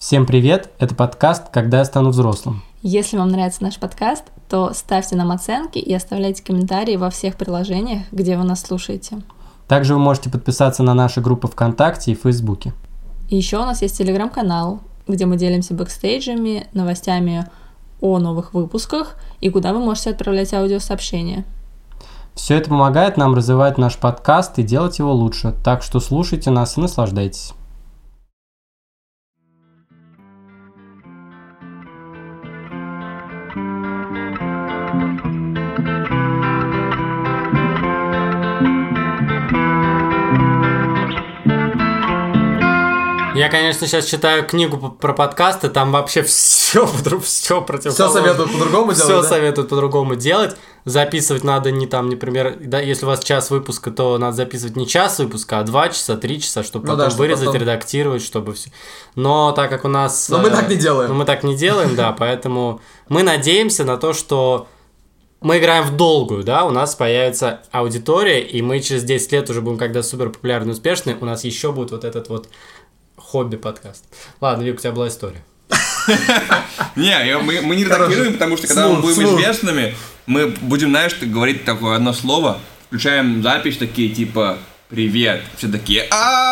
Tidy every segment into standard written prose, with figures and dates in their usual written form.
Всем привет! Это подкаст «Когда я стану взрослым». Если вам нравится наш подкаст, то ставьте нам оценки и оставляйте комментарии во всех приложениях, где вы нас слушаете. Также вы можете подписаться на наши группы ВКонтакте и Фейсбуке. И еще у нас есть телеграм-канал, где мы делимся бэкстейджами, новостями о новых выпусках и куда вы можете отправлять аудиосообщения. Все это помогает нам развивать наш подкаст и делать его лучше, так что слушайте нас и наслаждайтесь. Я, конечно, сейчас читаю книгу про подкасты, там вообще все противоположно. Все советуют по-другому делать, Все да? советуют по-другому делать. Записывать надо не там, например, да, если у вас час выпуска, то надо записывать не час выпуска, а 2 часа, 3 часа, чтобы потом чтобы вырезать, потом... редактировать, чтобы все. Но так как у нас... Но мы так не делаем. Мы так не делаем, да, поэтому мы надеемся на то, что мы играем в долгую, да, у нас появится аудитория, и мы через 10 лет уже будем, когда супер популярны и успешны, у нас еще будет вот этот вот хобби-подкаст. Ладно, Вик, у тебя была история. Не, мы не редактируем, потому что когда мы будем известными, мы будем, знаешь, говорить такое одно слово, включаем запись такие, типа, привет, все такие,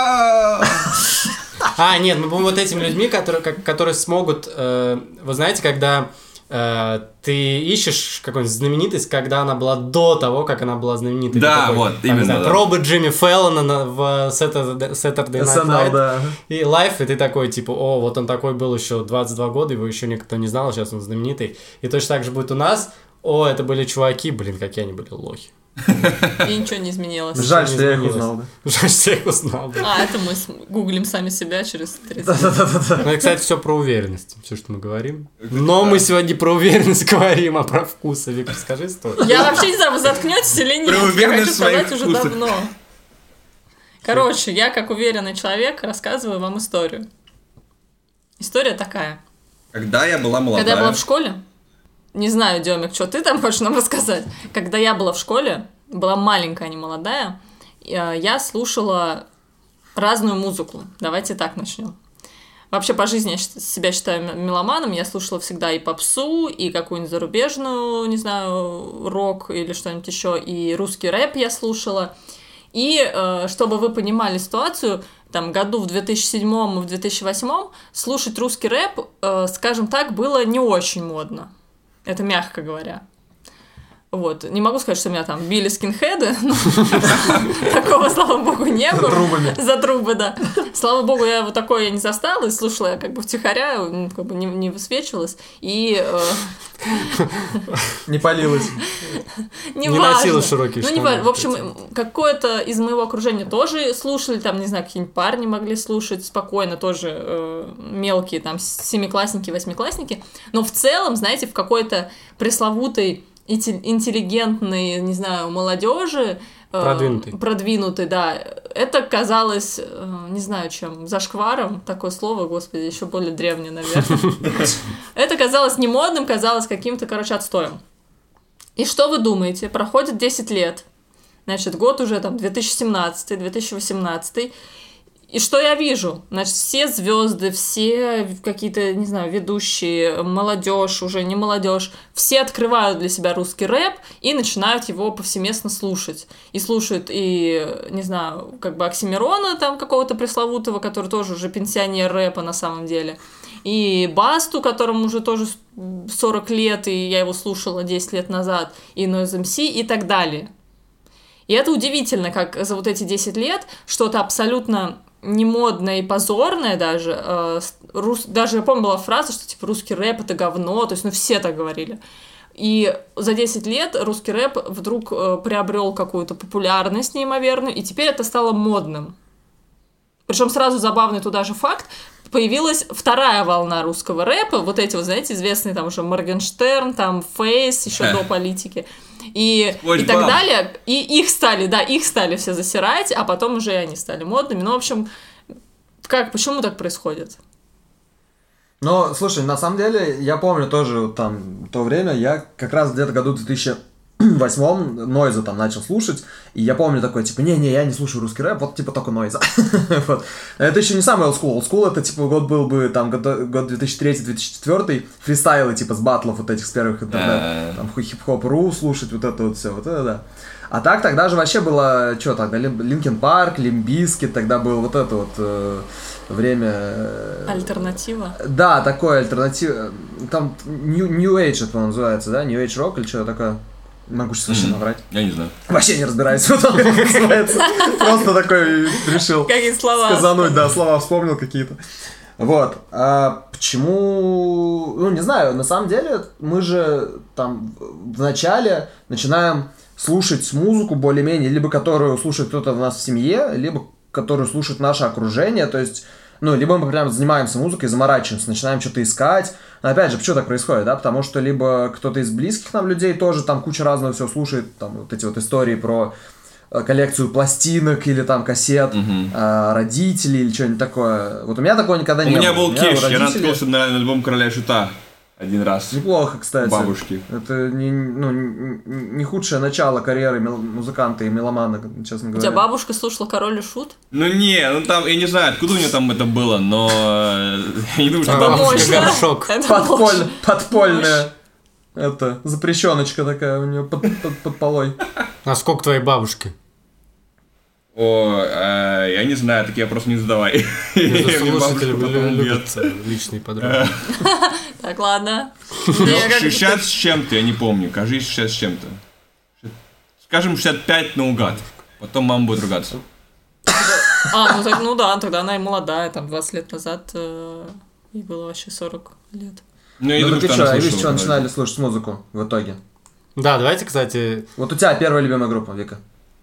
нет, мы будем вот этими людьми, которые смогут, вы знаете, когда ты ищешь какую-нибудь знаменитость, когда она была до того, как она была знаменитой. Да, такой, вот, именно, знаю, да. Пробы Джимми Фэллона в Saturday Night SNL, Live да. и Live, и ты такой, типа, о, вот он такой был еще 22 года, его еще никто не знал, сейчас он знаменитый. И точно так же будет у нас. О, это были чуваки, блин, какие они были лохи. И ничего не изменилось. Жаль, что я их узнал, да. Жаль, что я их узнал, да. Это мы гуглим сами себя через 30 лет. Да-да-да. Ну, и, кстати, все про уверенность, все, что мы говорим. Но мы сегодня не про уверенность говорим, а про вкус. Вик, расскажи историю. Я вообще не знаю, вы заткнетесь или нет. Про Я уверенность хочу в своих сказать уже вкусах. давно. Короче, я как уверенный человек рассказываю вам историю. История такая. Когда я была молодая. Когда я была в школе, не знаю, Демик, что ты там хочешь нам рассказать? Когда я была в школе, была маленькая, не молодая, я слушала разную музыку. Давайте так начнем. Вообще по жизни я себя считаю меломаном. Я слушала всегда и попсу, и какую-нибудь зарубежную, не знаю, рок или что-нибудь еще, и русский рэп я слушала. И чтобы вы понимали ситуацию, там году в 2007 и в 2008 слушать русский рэп, скажем так, было не очень модно. Это мягко говоря. Вот. Не могу сказать, что меня там били скинхеды, но такого, слава богу, не было. За трубы, да. Слава богу, я вот такое не застала, и слушала я как бы втихаря, как бы не высвечивалась, и... Не палилась. Не носила широкие штаны. Ну, не важно. В общем, какое-то из моего окружения тоже слушали, там, не знаю, какие-нибудь парни могли слушать спокойно, тоже мелкие, там, семиклассники, восьмиклассники, но в целом, знаете, в какой-то пресловутой интеллигентной, не знаю, молодежи, продвинутой, да, это казалось, не знаю чем, зашкваром, такое слово, господи, еще более древнее, наверное. Это казалось не модным, казалось каким-то, отстоем. И что вы думаете? Проходит 10 лет, значит, год уже там 2017, 2018, и что я вижу? Значит, все звезды, все какие-то, не знаю, ведущие, молодежь, уже не молодежь, все открывают для себя русский рэп и начинают его повсеместно слушать. И слушают и, не знаю, как бы Оксимирона там какого-то пресловутого, который тоже уже пенсионер рэпа на самом деле. И Басту, которому уже тоже 40 лет, и я его слушала 10 лет назад, и Noise MC и так далее. И это удивительно, как за вот эти 10 лет что-то абсолютно немодное и позорное даже. Даже, я помню, была фраза, что типа русский рэп — это говно, то есть, все так говорили. И за 10 лет русский рэп вдруг приобрел какую-то популярность неимоверную, и теперь это стало модным. Причем сразу забавный туда же факт, появилась вторая волна русского рэпа, вот эти вот, знаете, известные там уже Моргенштерн, там Фейс, еще до политики. И так далее. И их стали все засирать, а потом уже они стали модными. Ну, в общем, почему так происходит? Ну, слушай, на самом деле, я помню тоже там то время, я как раз где-то году 2000 8-м Нойза там начал слушать, и я помню такой, типа, не, я не слушаю русский рэп, вот, типа, только Нойза. Вот. Это еще не самый олдскул. Олдскул это, типа, год был бы, там, год 2003-2004, фристайлы, типа, с батлов вот этих с первых интернет, там, хип-хоп.ру слушать, вот это вот все, вот это, да. А так, тогда же вообще было, что тогда, Линкин Парк, Лимп Бизкит, тогда было вот это вот время... Альтернатива? Да, такое альтернатива. Там New Age это называется, да? New Age Rock или что такое? Могу сейчас вообще наврать. Я не знаю. Вообще не разбираюсь, вот он называется. Просто такой решил какие слова сказануть, да, слова вспомнил какие-то. Вот. А почему... Ну, не знаю, на самом деле мы же там вначале начинаем слушать музыку более-менее, либо которую слушает кто-то у нас в семье, либо которую слушает наше окружение, то есть, ну, либо мы прям занимаемся музыкой, заморачиваемся, начинаем что-то искать. Но опять же, почему так происходит, да? Потому что либо кто-то из близких нам людей тоже там куча разного всего слушает, там вот эти вот истории про коллекцию пластинок или там кассет, родителей или что-нибудь такое. Вот у меня такого никогда не было. У меня был Киш, я наткнулся на альбом Короля Шута один раз. Неплохо, кстати. Бабушки. Это не худшее начало карьеры музыканта и меломана, честно говоря. У тебя бабушка слушала Король и Шут? Ну не, ну там, я не знаю, откуда у нее там это было, но я не думаю, что бабушка горшок. Подпольная. Это запрещеночка такая у нее под полой. А сколько твоей бабушки? Я не знаю, такие вопросы не задавай. Слушатели любят личные подробности. Так, ладно. 60 с чем-то, я не помню. Кажись, 60 с чем-то. Скажем, 65 наугад. Потом мама будет ругаться. Ну да, тогда она и молодая, там 20 лет назад ей было вообще 40 лет. Ну ты что, а вы с чего начинали слушать музыку в итоге? Да, давайте, кстати... Вот у тебя первая любимая группа, Вика?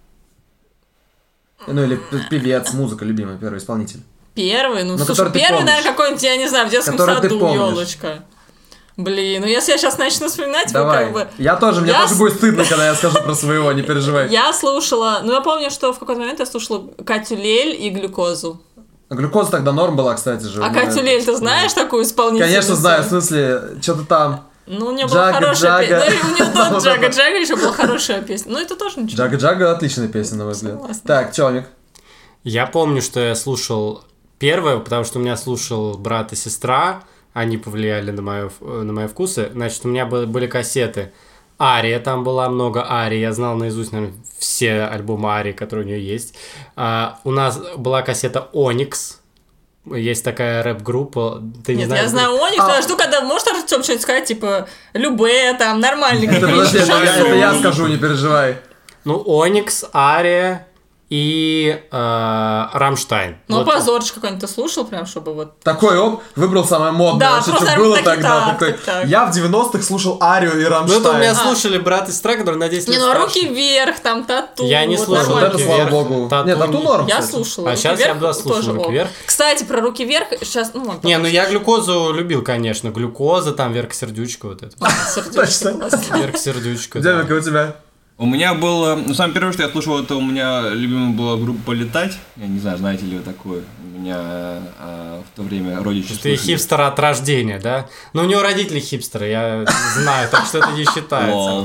Ну или певец, музыка любимая, первый исполнитель. Первый? Ну слушай, первый, наверное, какой-нибудь, я не знаю, в детском саду, елочка. Блин, ну если я сейчас начну вспоминать, давай. Вы как бы... Я тоже, мне тоже будет стыдно, когда я скажу про своего, не переживай. Я слушала, ну я помню, что в какой-то момент я слушала Катю Лель и Глюкозу. Глюкоза тогда норм была, кстати же. А Катю Лель, ты знаешь такую исполнительницу? Конечно знаю, в смысле, что-то там... Ну, у нее была хорошая песня. Ну, у нее до Джага-Джага еще была хорошая песня. Ну, это тоже ничего. Джага-Джага отличная песня, на мой взгляд. Так, Тёмик. Я помню, что я слушал первое, потому что у меня слушал брат и сестра, они повлияли на мои вкусы. Значит, у меня были кассеты. Ария, там была много Арии, я знал наизусть, наверное, все альбомы Арии, которые у нее есть. У нас была кассета Оникс. Есть такая рэп-группа. Ты не знаешь? Я знаю Оникс, я жду, когда может Артём что-нибудь сказать, типа, Любэ, там, нормальный это я скажу, не переживай. Ну, Оникс, Ария и Рамштайн. Ну, позорчик какой-нибудь ты слушал, прям, чтобы вот... Такой, выбрал самое модное, что было тогда. Я в 90-х слушал Арию и Рамштайн. Ну, это у меня слушали брат и сестра, которые, надеюсь, не ну, руки вверх, там, тату. Я не слушал вот это, слава богу. Нет, тату норм, я слушала. А сейчас я бы слушал руки вверх. Кстати, про руки вверх сейчас... Не, ну я Глюкозу любил, конечно. Глюкоза, там Верка Сердючка, вот это. Верка Сердючка, да. Девика, у тебя? У меня было... Ну, самое первое, что я слушал, это у меня любимая была группа «Полетать». Я не знаю, знаете ли вы такое. У меня в то время родичи слушали. Ты хипстер от рождения, да? Ну, у него родители хипстеры, я знаю, так что это не считается.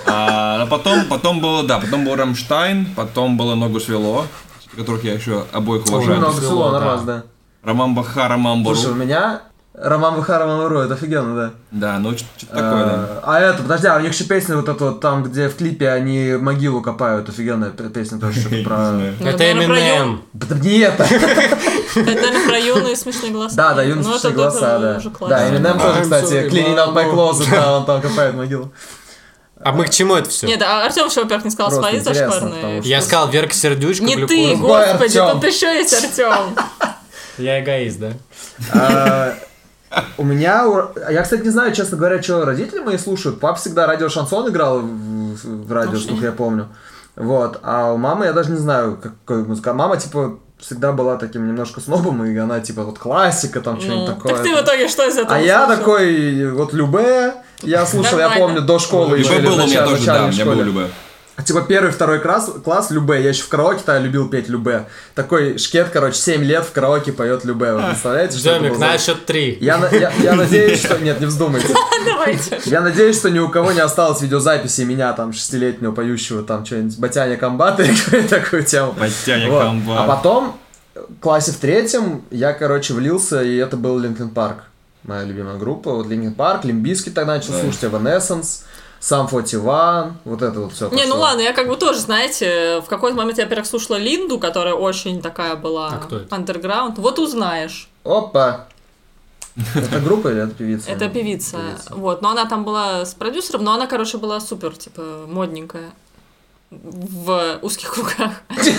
Потом был «Рамштайн», потом было «Ногу свело», которых я еще обоих уважаю. «Ногу свело», нормально, да. Роман Баха, Роман Бару. Слушай, у меня... Роман Баха, Роман Бару, это офигенно, да. Да, ну что-то такое, да. А это, подожди, а у них еще песня вот эта вот, там, где в клипе они могилу копают, офигенная песня тоже, что-то про... Это Эминем. Да не это. Это, наверное, про юные смешные голоса. Да, юные смешные голоса, да. Да, Эминем тоже, кстати, Cleaning Out My Closet, да, он там копает могилу. А мы к чему это все? Нет, Артём еще, во-первых, не сказал свои зашкварные. Я сказал Верка Сердючка, не ты, господи, тут еще есть Артём. Я эгоист, да? У меня... Я, кстати, не знаю, честно говоря, что родители мои слушают. Папа всегда радио-шансон играл в радио, сколько я помню. Вот. А у мамы я даже не знаю, какой музыка. Мама, типа, всегда была таким немножко снобом, и она, типа, вот классика, там, что-нибудь такое. Так ты в итоге что из этого слушал? Я такой, вот, Любэ. Я слушал, я помню, до школы. Любэ был у меня тоже, да, у меня был Любэ. Типа 1-2 класс Любэ. Я еще в караоке тогда любил петь Любэ. Такой шкет, 7 лет в караоке поет Любэ. Вы представляете, что Домик, на счет 3. Я надеюсь, что... Нет, не вздумайте. Давайте. Я надеюсь, что ни у кого не осталось видеозаписи меня, там, 6-летнего поющего, там, что-нибудь Батяня Комбата или какую-то такую тему. Батяня Вот. Комбат. А потом, в классе в 3 я, влился, и это был Linkin Park. Моя любимая группа. Вот Linkin Park, Limp Bizkit тогда начал слушать, Evanescence, Sum 41, вот это вот все. Не, ну ладно, я тоже, знаете, в какой-то момент я, во-первых, слушала Линду, которая очень такая была андерграунд. Вот узнаешь. Опа! Это группа или это певица? Это певица. Вот, но она там была с продюсером, но она, была супер, модненькая в узких кругах.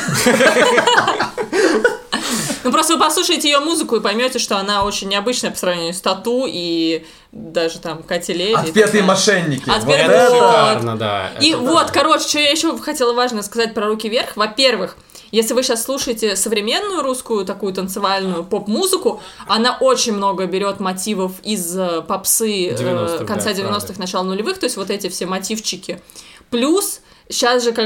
Ну, просто вы послушаете ее музыку и поймете, что она очень необычная по сравнению с Тату и даже там Кати Леди. Отпетые мошенники. Это шикарно, да. И вот, что я еще хотела важно сказать про «Руки вверх». Во-первых, если вы сейчас слушаете современную русскую такую танцевальную поп-музыку, она очень много берет мотивов из попсы конца 90-х, начала нулевых, то есть вот эти все мотивчики. Плюс сейчас же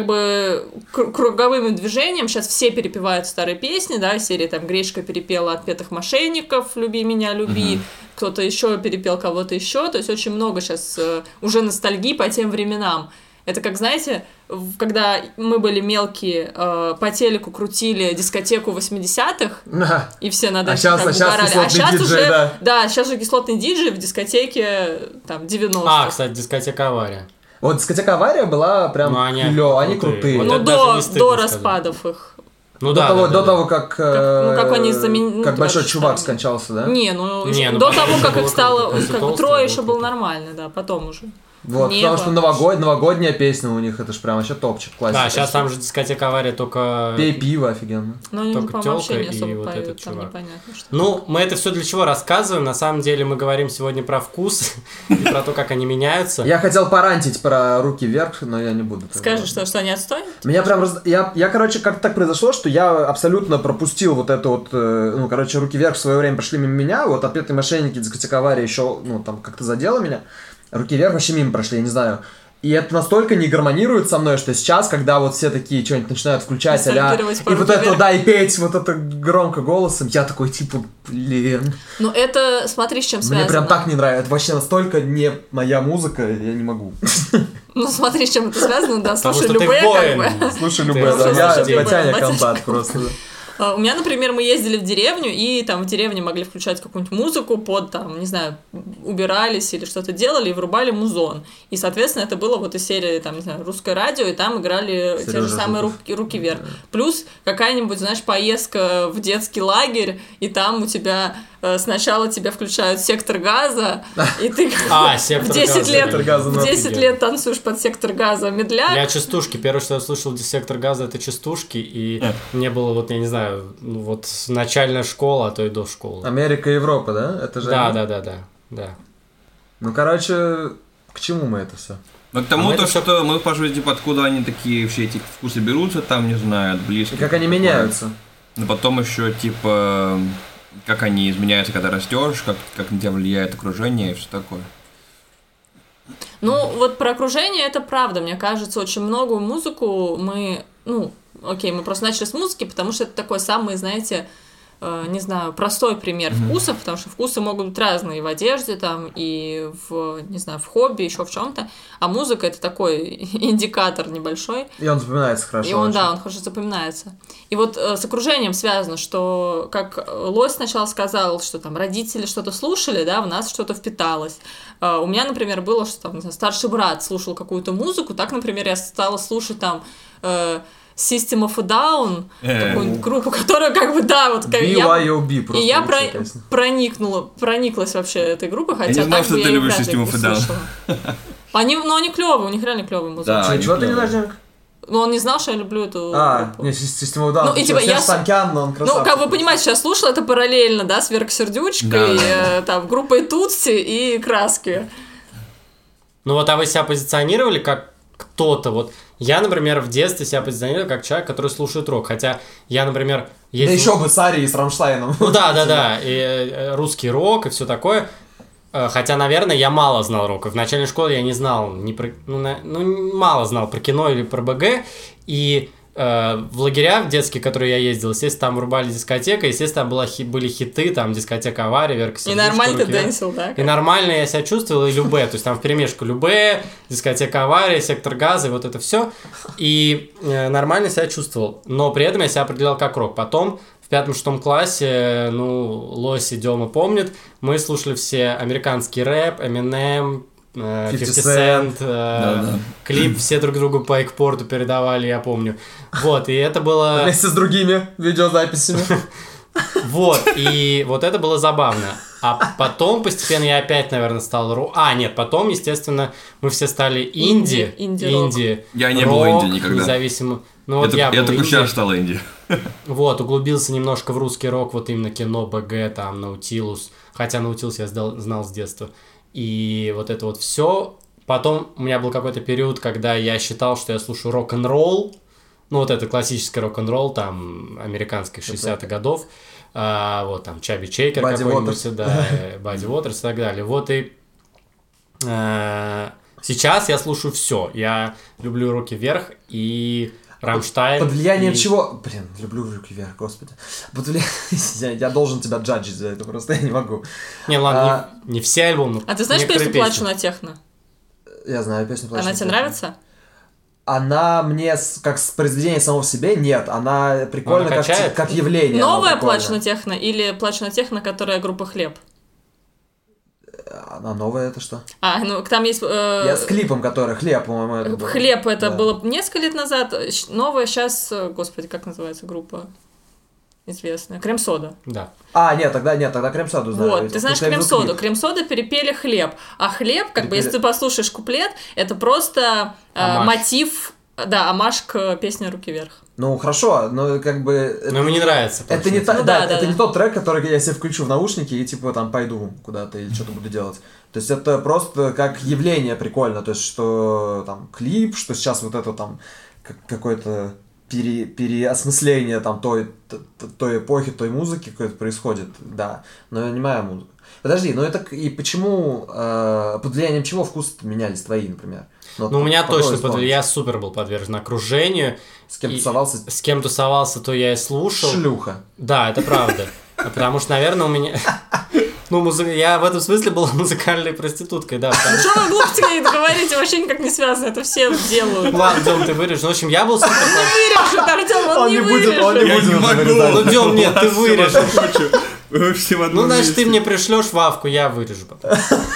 круговым движением сейчас все перепевают старые песни, да, серии там Гречка перепела «Отпетых мошенников», «Люби меня, люби», кто-то еще перепел кого-то еще, то есть очень много сейчас уже ностальгии по тем временам. Это как, знаете, когда мы были мелкие, по телеку крутили дискотеку 80-х, и все над этим угорали. А сейчас уже, да, сейчас же кислотный диджей в дискотеке там 90-х. Кстати, дискотека «Авария». Вот дискотека «Авария» была прям клёвая, они крутые. Вот ну, до распадов их. Ну до того, как они заменили... Как большой чувак скончался, да? До того, как их стало... Трое еще был нормально, да, потом уже. Вот, потому что новогодняя песня у них, это же прям вообще топчик, классика. Да, сейчас там же дискотека «Авария» только... Пей пиво, офигенно. Только тёлка и вот этот чувак. Ну, мы это все для чего рассказываем? На самом деле мы говорим сегодня про вкус и про то, как они меняются. Я хотел порантить про «Руки вверх», но я не буду. Скажешь, что они отстой? Меня прям... Я, как так произошло, что я абсолютно пропустил вот это вот... «Руки вверх» в свое время прошли мимо меня, вот «Отпетые мошенники», дискотека «Авария» еще, там как-то задела меня. «Руки вверх» вообще мимо прошли, я не знаю. И это настолько не гармонирует со мной, что сейчас, когда вот все такие что-нибудь начинают включать, и вот это, да, и петь вот это громко голосом, я такой, блин. Ну это, смотри, с чем связано. Мне прям так не нравится, это вообще настолько не моя музыка, я не могу. Ну смотри, с чем это связано, да, слушай Любэ, Слушай Любэ, да, я Батяня Комбат просто. У меня, например, мы ездили в деревню, и там в деревне могли включать какую-нибудь музыку под, там, не знаю, убирались или что-то делали, и врубали музон. И, соответственно, это было вот из серии, там, не знаю, русское радио, и там играли те же самые руки вверх. Плюс какая-нибудь, знаешь, поездка в детский лагерь, и там у тебя сначала тебя включают «Сектор газа», и ты в 10 лет танцуешь под «Сектор газа» медляк. Я частушки. Первое, что я слышал «Сектор газа», это частушки, и мне было, вот, я не знаю, вот начальная школа, а то и до школы. Америка и Европа, да? Это же да. Ну, короче, к чему мы это все? Ну, к тому, что мы спрашивали, типа, откуда они такие, все эти вкусы берутся, там, не знаю, от близких. И как они меняются. Но потом еще, типа, как они изменяются, когда растешь, как на тебя влияет окружение и все такое. Ну, вот про окружение это правда. Мне кажется, очень многую музыку мы... мы просто начали с музыки, потому что это такой самый, знаете, не знаю, простой пример вкусов, потому что вкусы могут быть разные в одежде, там, и в хобби, еще в чем-то, а музыка это такой индикатор небольшой. И он запоминается хорошо. И он хорошо запоминается. И вот с окружением связано, что, как Лось сначала сказал, что там родители что-то слушали, да, в нас что-то впиталось. У меня, например, было, что там, старший брат слушал какую-то музыку, так, например, я стала слушать там... System of a Down, такую группу, которая BYOB просто. И я прониклась вообще этой группой, хотя я не знал, что ты любишь System of a Down. Они клевые, у них реально клевая музыка. Да, чего ты не знаешь, Денька? Ну, он не знал, что я люблю эту группу. Не, System of a Down. Ну, и типа я... но он красавчик. Ну, как вы понимаете, сейчас слушала это параллельно, да, с Верксердючкой, там, группой Тутси и Краски. Ну, вот, а вы себя позиционировали как кто-то, вот... Я, например, в детстве себя позиционирую как человек, который слушает рок, хотя я, например... Да еще бы с Арией и с Рамштайном. Ну да, и русский рок, и все такое. Хотя, наверное, я мало знал рока. В начальной школе я не знал, мало знал про кино или про БГ. И в лагеря в детские, в которые я ездил, естественно, там врубали дискотека, естественно, там были хиты, там дискотека «Авария», Верка Сердючка. И нормально ты дэнсил, да? И нормально я себя чувствовал, и Любэ, то есть там вперемешку Любэ, дискотека «Авария», «Сектор газа», и вот это все. И нормально себя чувствовал, но при этом я себя определял как рок. Потом в 5-6 классе, Лоси, Дема помнят, мы слушали все американский рэп, Eminem, 50 Cent, клип все друг другу по экпорту передавали, я помню. Вот, и это было... Вместе с другими видеозаписями. Вот, и вот это было забавно. А потом постепенно я опять, наверное, стал... потом, естественно, мы все стали инди. Я не был инди никогда. Независимо. Я только сейчас стал инди. Вот, углубился немножко в русский рок, вот именно кино, БГ, там, Наутилус. Хотя Наутилус я знал с детства. И вот это вот все. Потом у меня был какой-то период, когда я считал, что я слушаю рок-н-ролл. Вот это классический рок-н-ролл, там, американских 60-х годов. Вот там Чаби Чейкер какой-нибудь, да, Бадди Уотерс и так далее. Вот и сейчас я слушаю все. Я люблю «Руки вверх» и Рамштайн. Под влиянием чего? Люблю «Руки вверх», господи. Под влиянием... Я должен тебя джаджить за это, просто я не могу. Не, ладно, не все альбомы. А ты знаешь песню «Плачу на техно»? Я знаю песню «Плачу на техно». Она тебе нравится? Она мне, как произведение само в себе, нет. Она прикольна как явление. Новая «Плачу на техно» или «Плачу на техно», которая группа «Хлеб»? А новая это что? Там есть... Я с клипом, который «Хлеб», по-моему, это был. «Хлеб» это было несколько лет назад. Новая сейчас, господи, как называется группа? Известная. «Крем-сода». Да. Нет, тогда «Крем-соду» знаю. Вот, ты знаешь «Крем-соду». «Крем-сода» перепели «Хлеб». А «Хлеб», если ты послушаешь куплет, это просто мотив, омаж к песне «Руки вверх». Ну, хорошо, но как бы... Но ему не нравится. Это не это не тот трек, который я себе включу в наушники и типа там пойду куда-то или что-то буду делать. То есть это просто как явление прикольно. То есть что там клип, что сейчас вот это там какое-то переосмысление там той эпохи, той музыки какой-то происходит, да. Но не моя музыка. Подожди, это и почему, под влиянием чего вкусы менялись твои, например? У меня точно, я супер был подвержен окружению. С кем тусовался? С кем тусовался, то я и слушал. Шлюха. Да, это правда. Потому что, наверное, у меня... я в этом смысле была музыкальной проституткой, да. Что вы глупости какие-то говорите, вообще никак не связано, это все делают. Ладно, Дем, ты вырежешь. В общем, я был супер... Он не вырежет, Артём, он не вырежет. Он не будет. Дем, нет, ты вырежешь. Ну, значит, ты мне пришлешь Вавку, я вырежу потом.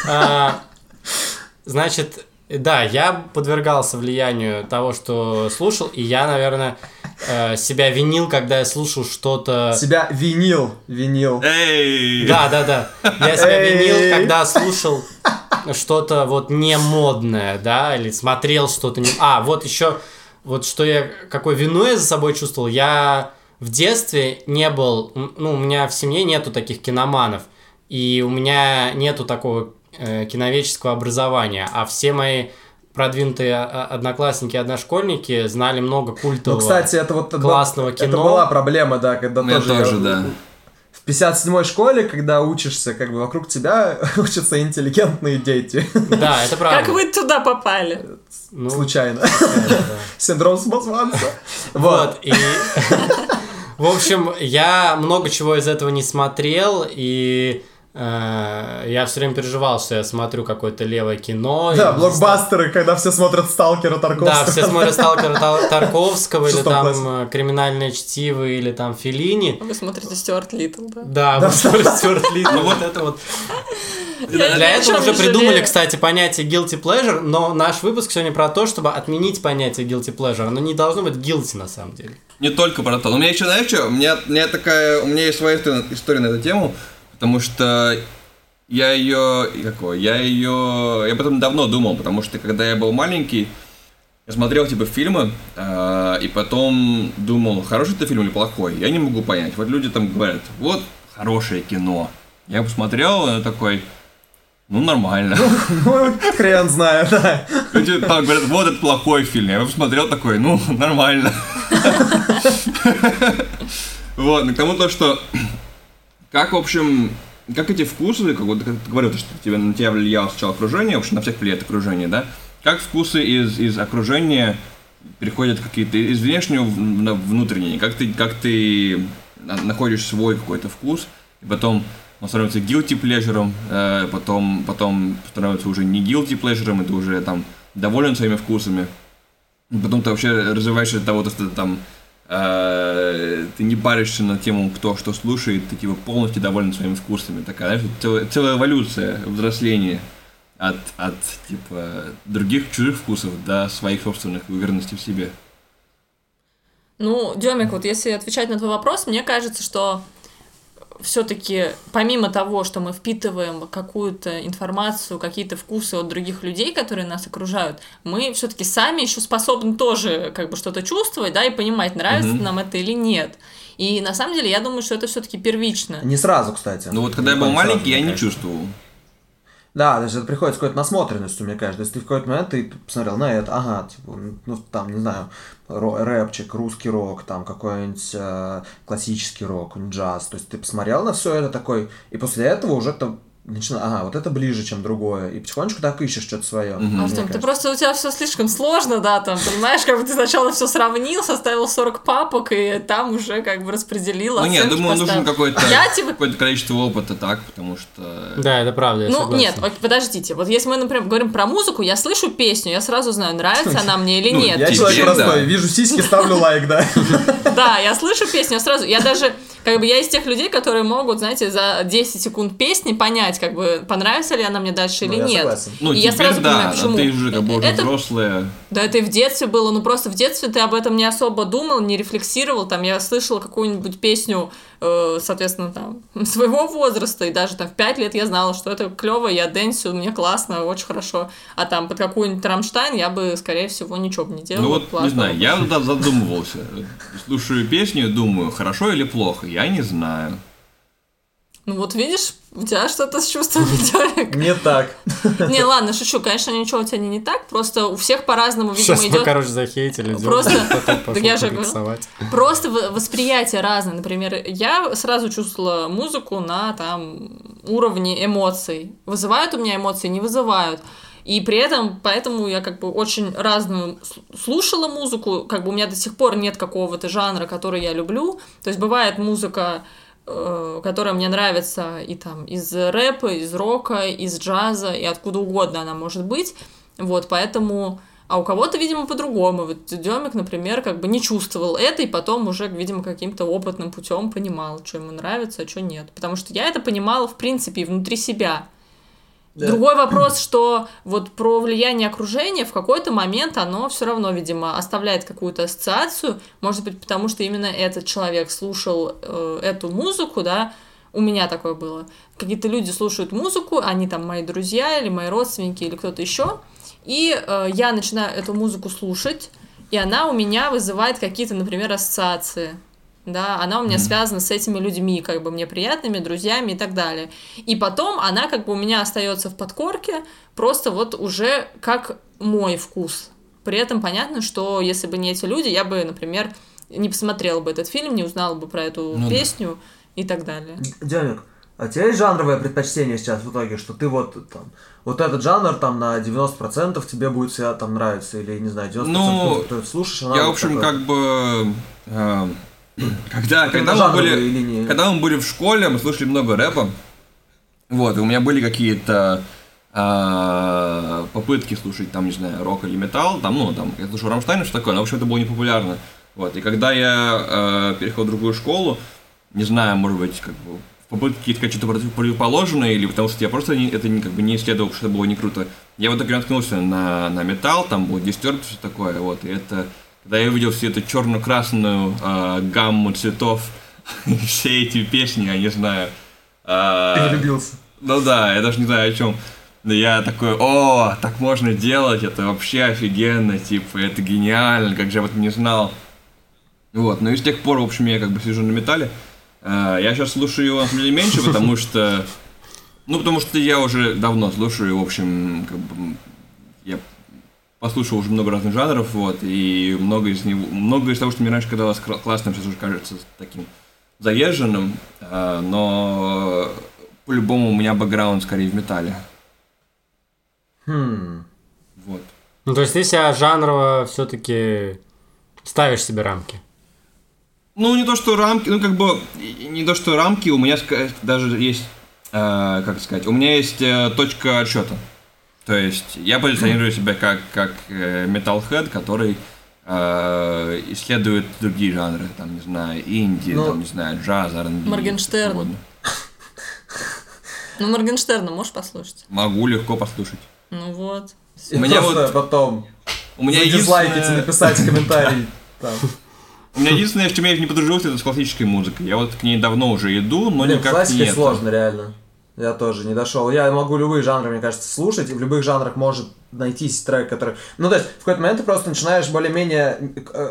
Значит, да, я подвергался влиянию того, что слушал, и я, наверное, себя винил, когда я слушал что-то... Себя винил. Эй! Да. Я себя винил, когда слушал что-то вот не модное, да, или смотрел что-то не... вот еще, вот что я... Какой вину я за собой чувствовал, я в детстве не был... у меня в семье нету таких киноманов, и у меня нету такого киноведческого образования, а все мои продвинутые одноклассники и одношкольники знали много культового, кстати, это классного кино. Это была проблема, да, когда тоже, да. В 57-й школе, когда учишься, как бы вокруг тебя учатся интеллигентные дети. Да, это правда. Как вы туда попали? Случайно. Синдром самозванца. Вот, и... В общем, я много чего из этого не смотрел, и... Я все время переживал, что я смотрю какое-то левое кино. Да, блокбастеры, когда все смотрят «Сталкера» Тарковского. Да, все смотрят «Сталкера» Тарковского, или там «Криминальное чтиво», или там «Феллини». Вы смотрите «Стюарт Литтл», да? Да, вы смотрите «Стюарт Литтл». Вот это вот. Для этого уже придумали, кстати, понятие guilty pleasure, но наш выпуск сегодня про то, чтобы отменить понятие guilty pleasure. Оно не должно быть guilty на самом деле. Не только про то. Но у меня еще, знаешь что, у меня есть своя история на эту тему. Потому что я потом давно думал, потому что когда я был маленький, я смотрел типа фильмы, и потом думал, хороший это фильм или плохой, я не могу понять. Вот люди там говорят, вот хорошее кино. Я посмотрел, и такой, нормально. Хрен знает, да. Люди там говорят, вот это плохой фильм. Я посмотрел такой, нормально. Вот, к тому то, что как, в общем, как эти вкусы, как вот ты говорил, что на тебя влияло сначала окружение, в общем, на всех влияет окружение, да? Как вкусы из окружения переходят какие-то из внешнего на внутреннее? Как ты находишь свой какой-то вкус, и потом он становится guilty pleasure, потом становится уже не guilty pleasure, и ты уже там доволен своими вкусами. И потом ты вообще развиваешься до того, что ты там ты не паришься на тему, кто что слушает, ты типа полностью доволен своими вкусами. Такая, знаешь, целая эволюция, взросление от типа других чужих вкусов до своих собственных, уверенности в себе. Ну, Демик, вот если отвечать на твой вопрос, мне кажется, что все-таки помимо того, что мы впитываем какую-то информацию, какие-то вкусы от других людей, которые нас окружают, мы все-таки сами еще способны тоже как бы что-то чувствовать, да, и понимать, нравится нам это или нет. И на самом деле я думаю, что это все-таки первично. Не сразу, кстати. Ну вот когда я был маленький, я не чувствовал. Да, то есть это приходит с какой-то насмотренностью, мне кажется. Если ты в какой-то момент ты посмотрел на это, ага, типа, ну там, не знаю, рэпчик, русский рок, там какой-нибудь классический рок, джаз. То есть ты посмотрел на все это такой, и после этого уже там ага, вот это ближе, чем другое. И потихонечку так ищешь что-то свое. Артем, ты просто, у тебя все слишком сложно, да, там, понимаешь, как бы ты сначала все сравнил, составил 40 папок, и там уже как бы распределил. Ну нет, думаю, нужно какое-то количество опыта, так, потому что... Да, это правда, я согласен. Нет, подождите, вот если мы, например, говорим про музыку, я слышу песню, я сразу знаю, нравится она мне или нет. Я человек простой, вижу сиськи, ставлю лайк, да. Да, я слышу песню, я даже, как бы, я из тех людей, которые могут, знаете, за 10 секунд песни понять, как бы, понравится ли она мне дальше или нет. Согласен. Ну, и теперь я сразу понимаю, почему. Ты уже как бы уже взрослая. Да, это и в детстве было, ну просто в детстве ты об этом не особо думал, не рефлексировал, там, я слышала какую-нибудь песню, соответственно, там, своего возраста, и даже там в 5 лет я знала, что это клево, я дэнсю, мне классно, очень хорошо, а там под какую-нибудь Рамштайн я бы, скорее всего, ничего бы не делала. Ну вот, не знаю, я задумывался, слушаю песню, думаю, хорошо или плохо, я не знаю. Ну вот видишь, у тебя что-то с чувством Демик. Не так. Не, ладно, шучу, конечно, ничего у тебя не так, просто у всех по-разному, видимо, сейчас идет. мы, короче, захейтили. Просто, так я же говорю, просто восприятие разное. Например, я сразу чувствовала музыку на там уровне эмоций. Вызывают у меня эмоции, не вызывают. И при этом, поэтому я как бы очень разную слушала музыку, как бы у меня до сих пор нет какого-то жанра, который я люблю. То есть бывает музыка, которая мне нравится и там из рэпа, из рока, из джаза, и откуда угодно она может быть. Вот, поэтому... А у кого-то, видимо, по-другому. Вот Демик, например, как бы не чувствовал это, и потом уже, видимо, каким-то опытным путем понимал, что ему нравится, а что нет. Потому что я это понимала, в принципе, и внутри себя. Да. Другой вопрос, что вот про влияние окружения в какой-то момент оно все равно, видимо, оставляет какую-то ассоциацию, может быть, потому что именно этот человек слушал эту музыку, да, у меня такое было. Какие-то люди слушают музыку, они там мои друзья или мои родственники или кто-то еще, и я начинаю эту музыку слушать, и она у меня вызывает какие-то, например, ассоциации. Да, она у меня связана с этими людьми, как бы мне приятными, друзьями и так далее. И потом она как бы у меня остается в подкорке, просто вот уже как мой вкус. При этом понятно, что если бы не эти люди, я бы, например, не посмотрела бы этот фильм, не узнала бы про эту песню и так далее. Демик, а у тебя есть жанровое предпочтение сейчас в итоге, что ты вот там, вот этот жанр там на 90% тебе будет всегда там нравиться, или, не знаю, 90% ты слушаешь, я, в общем, такое... как бы... Когда мы были в школе, мы слушали много рэпа. Вот, и у меня были какие-то попытки слушать, там, не знаю, рок или металл. Там, ну, там, я слушал Рамштайн, что такое, но, в общем, это было непопулярно. Вот, и когда я переехал в другую школу, не знаю, может быть, как бы, в попытке искать что-то противоположное, или потому что я просто это как бы не исследовал, что это было не круто. Я в итоге наткнулся на металл, там был Disturbed, что такое, вот, и это... Когда я увидел всю эту черно-красную гамму цветов, все эти песни, я не знаю... Ты влюбился. Ну да, я даже не знаю о чем. Но я такой, так можно делать, это вообще офигенно, типа, это гениально, как же я об этом не знал. Вот, ну и с тех пор, в общем, я как бы сижу на металле. Я сейчас слушаю его, на самом деле, меньше, потому что... Ну, потому что я уже давно слушаю, в общем, как бы... Я послушал уже много разных жанров, вот, и много из того, что мне раньше казалось классным, сейчас уже кажется таким заезженным, но по-любому у меня бэкграунд скорее в металле. Вот. Ну, то есть ты себя жанрово все-таки ставишь себе рамки? Ну, не то, что рамки, не то, что рамки, у меня даже есть, как сказать, у меня есть точка отсчета. То есть я позиционирую себя как metalhead, который исследует другие жанры, там, не знаю, инди, там, не знаю, джаз, R&B. Моргенштерн. Ну, Моргенштерна можешь послушать? Могу легко послушать. Ну вот. И просто потом дизлайкить и написать комментарий там. У меня единственное, с чем я не подружился, это с классической музыкой. Я вот к ней давно уже иду, но никак классикой нет. Сложно, реально. Я тоже не дошел. Я могу любые жанры, мне кажется, слушать, и в любых жанрах может найтись трек, который... Ну, то есть, в какой-то момент ты просто начинаешь более-менее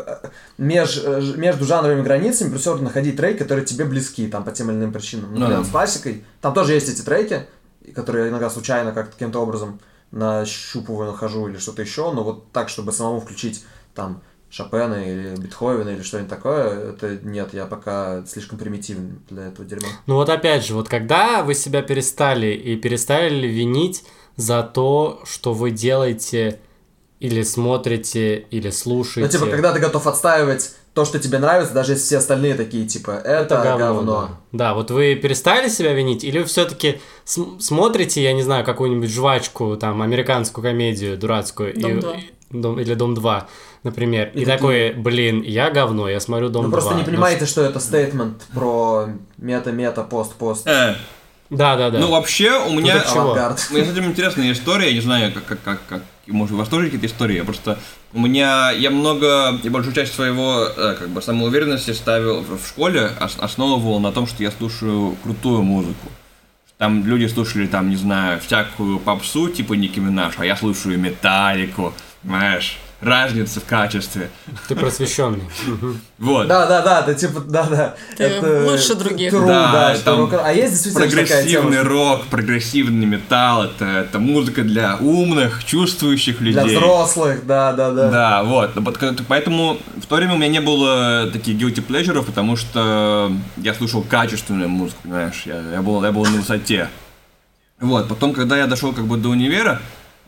между жанровыми границами при всем находить треки, которые тебе близки, там, по тем или иным причинам. Например, с классикой. Там тоже есть эти треки, которые я иногда случайно каким-то образом нащупываю, нахожу или что-то еще, но вот так, чтобы самому включить, там, Шопена или Бетховена или что-нибудь такое, это нет, я пока слишком примитивный для этого дерьма. Ну вот опять же, вот когда вы себя перестали винить за то, что вы делаете или смотрите, или слушаете... Ну типа, когда ты готов отстаивать то, что тебе нравится, даже если все остальные такие, типа, это говно. Да, вот вы перестали себя винить, или вы все-таки смотрите, я не знаю, какую-нибудь жвачку, там, американскую комедию дурацкую, или «Дом-2», например, и такой, блин, я говно, я смотрю «Дом-2». Ну просто не понимаете, что это стейтмент про мета-мета, пост-пост. Да. Ну вообще, у меня с этим интересная история, я не знаю, как может, у вас тоже какие-то истории, просто я большую часть своего, самоуверенности ставил в школе, основывал на том, что я слушаю крутую музыку. Там люди слушали, там, не знаю, всякую попсу, типа Ники Минаж, а я слушаю Металлику, понимаешь? Разница в качестве. Ты просвещенный. Вот. Да, ты типа, Ты это лучше других. Там а есть действительно прогрессивный рок, прогрессивный металл, это музыка для умных, чувствующих людей. Для взрослых, да. Да, вот. Поэтому в то время у меня не было таких guilty pleasure, потому что я слушал качественную музыку, понимаешь, я был на высоте. Вот, потом, когда я дошел до универа,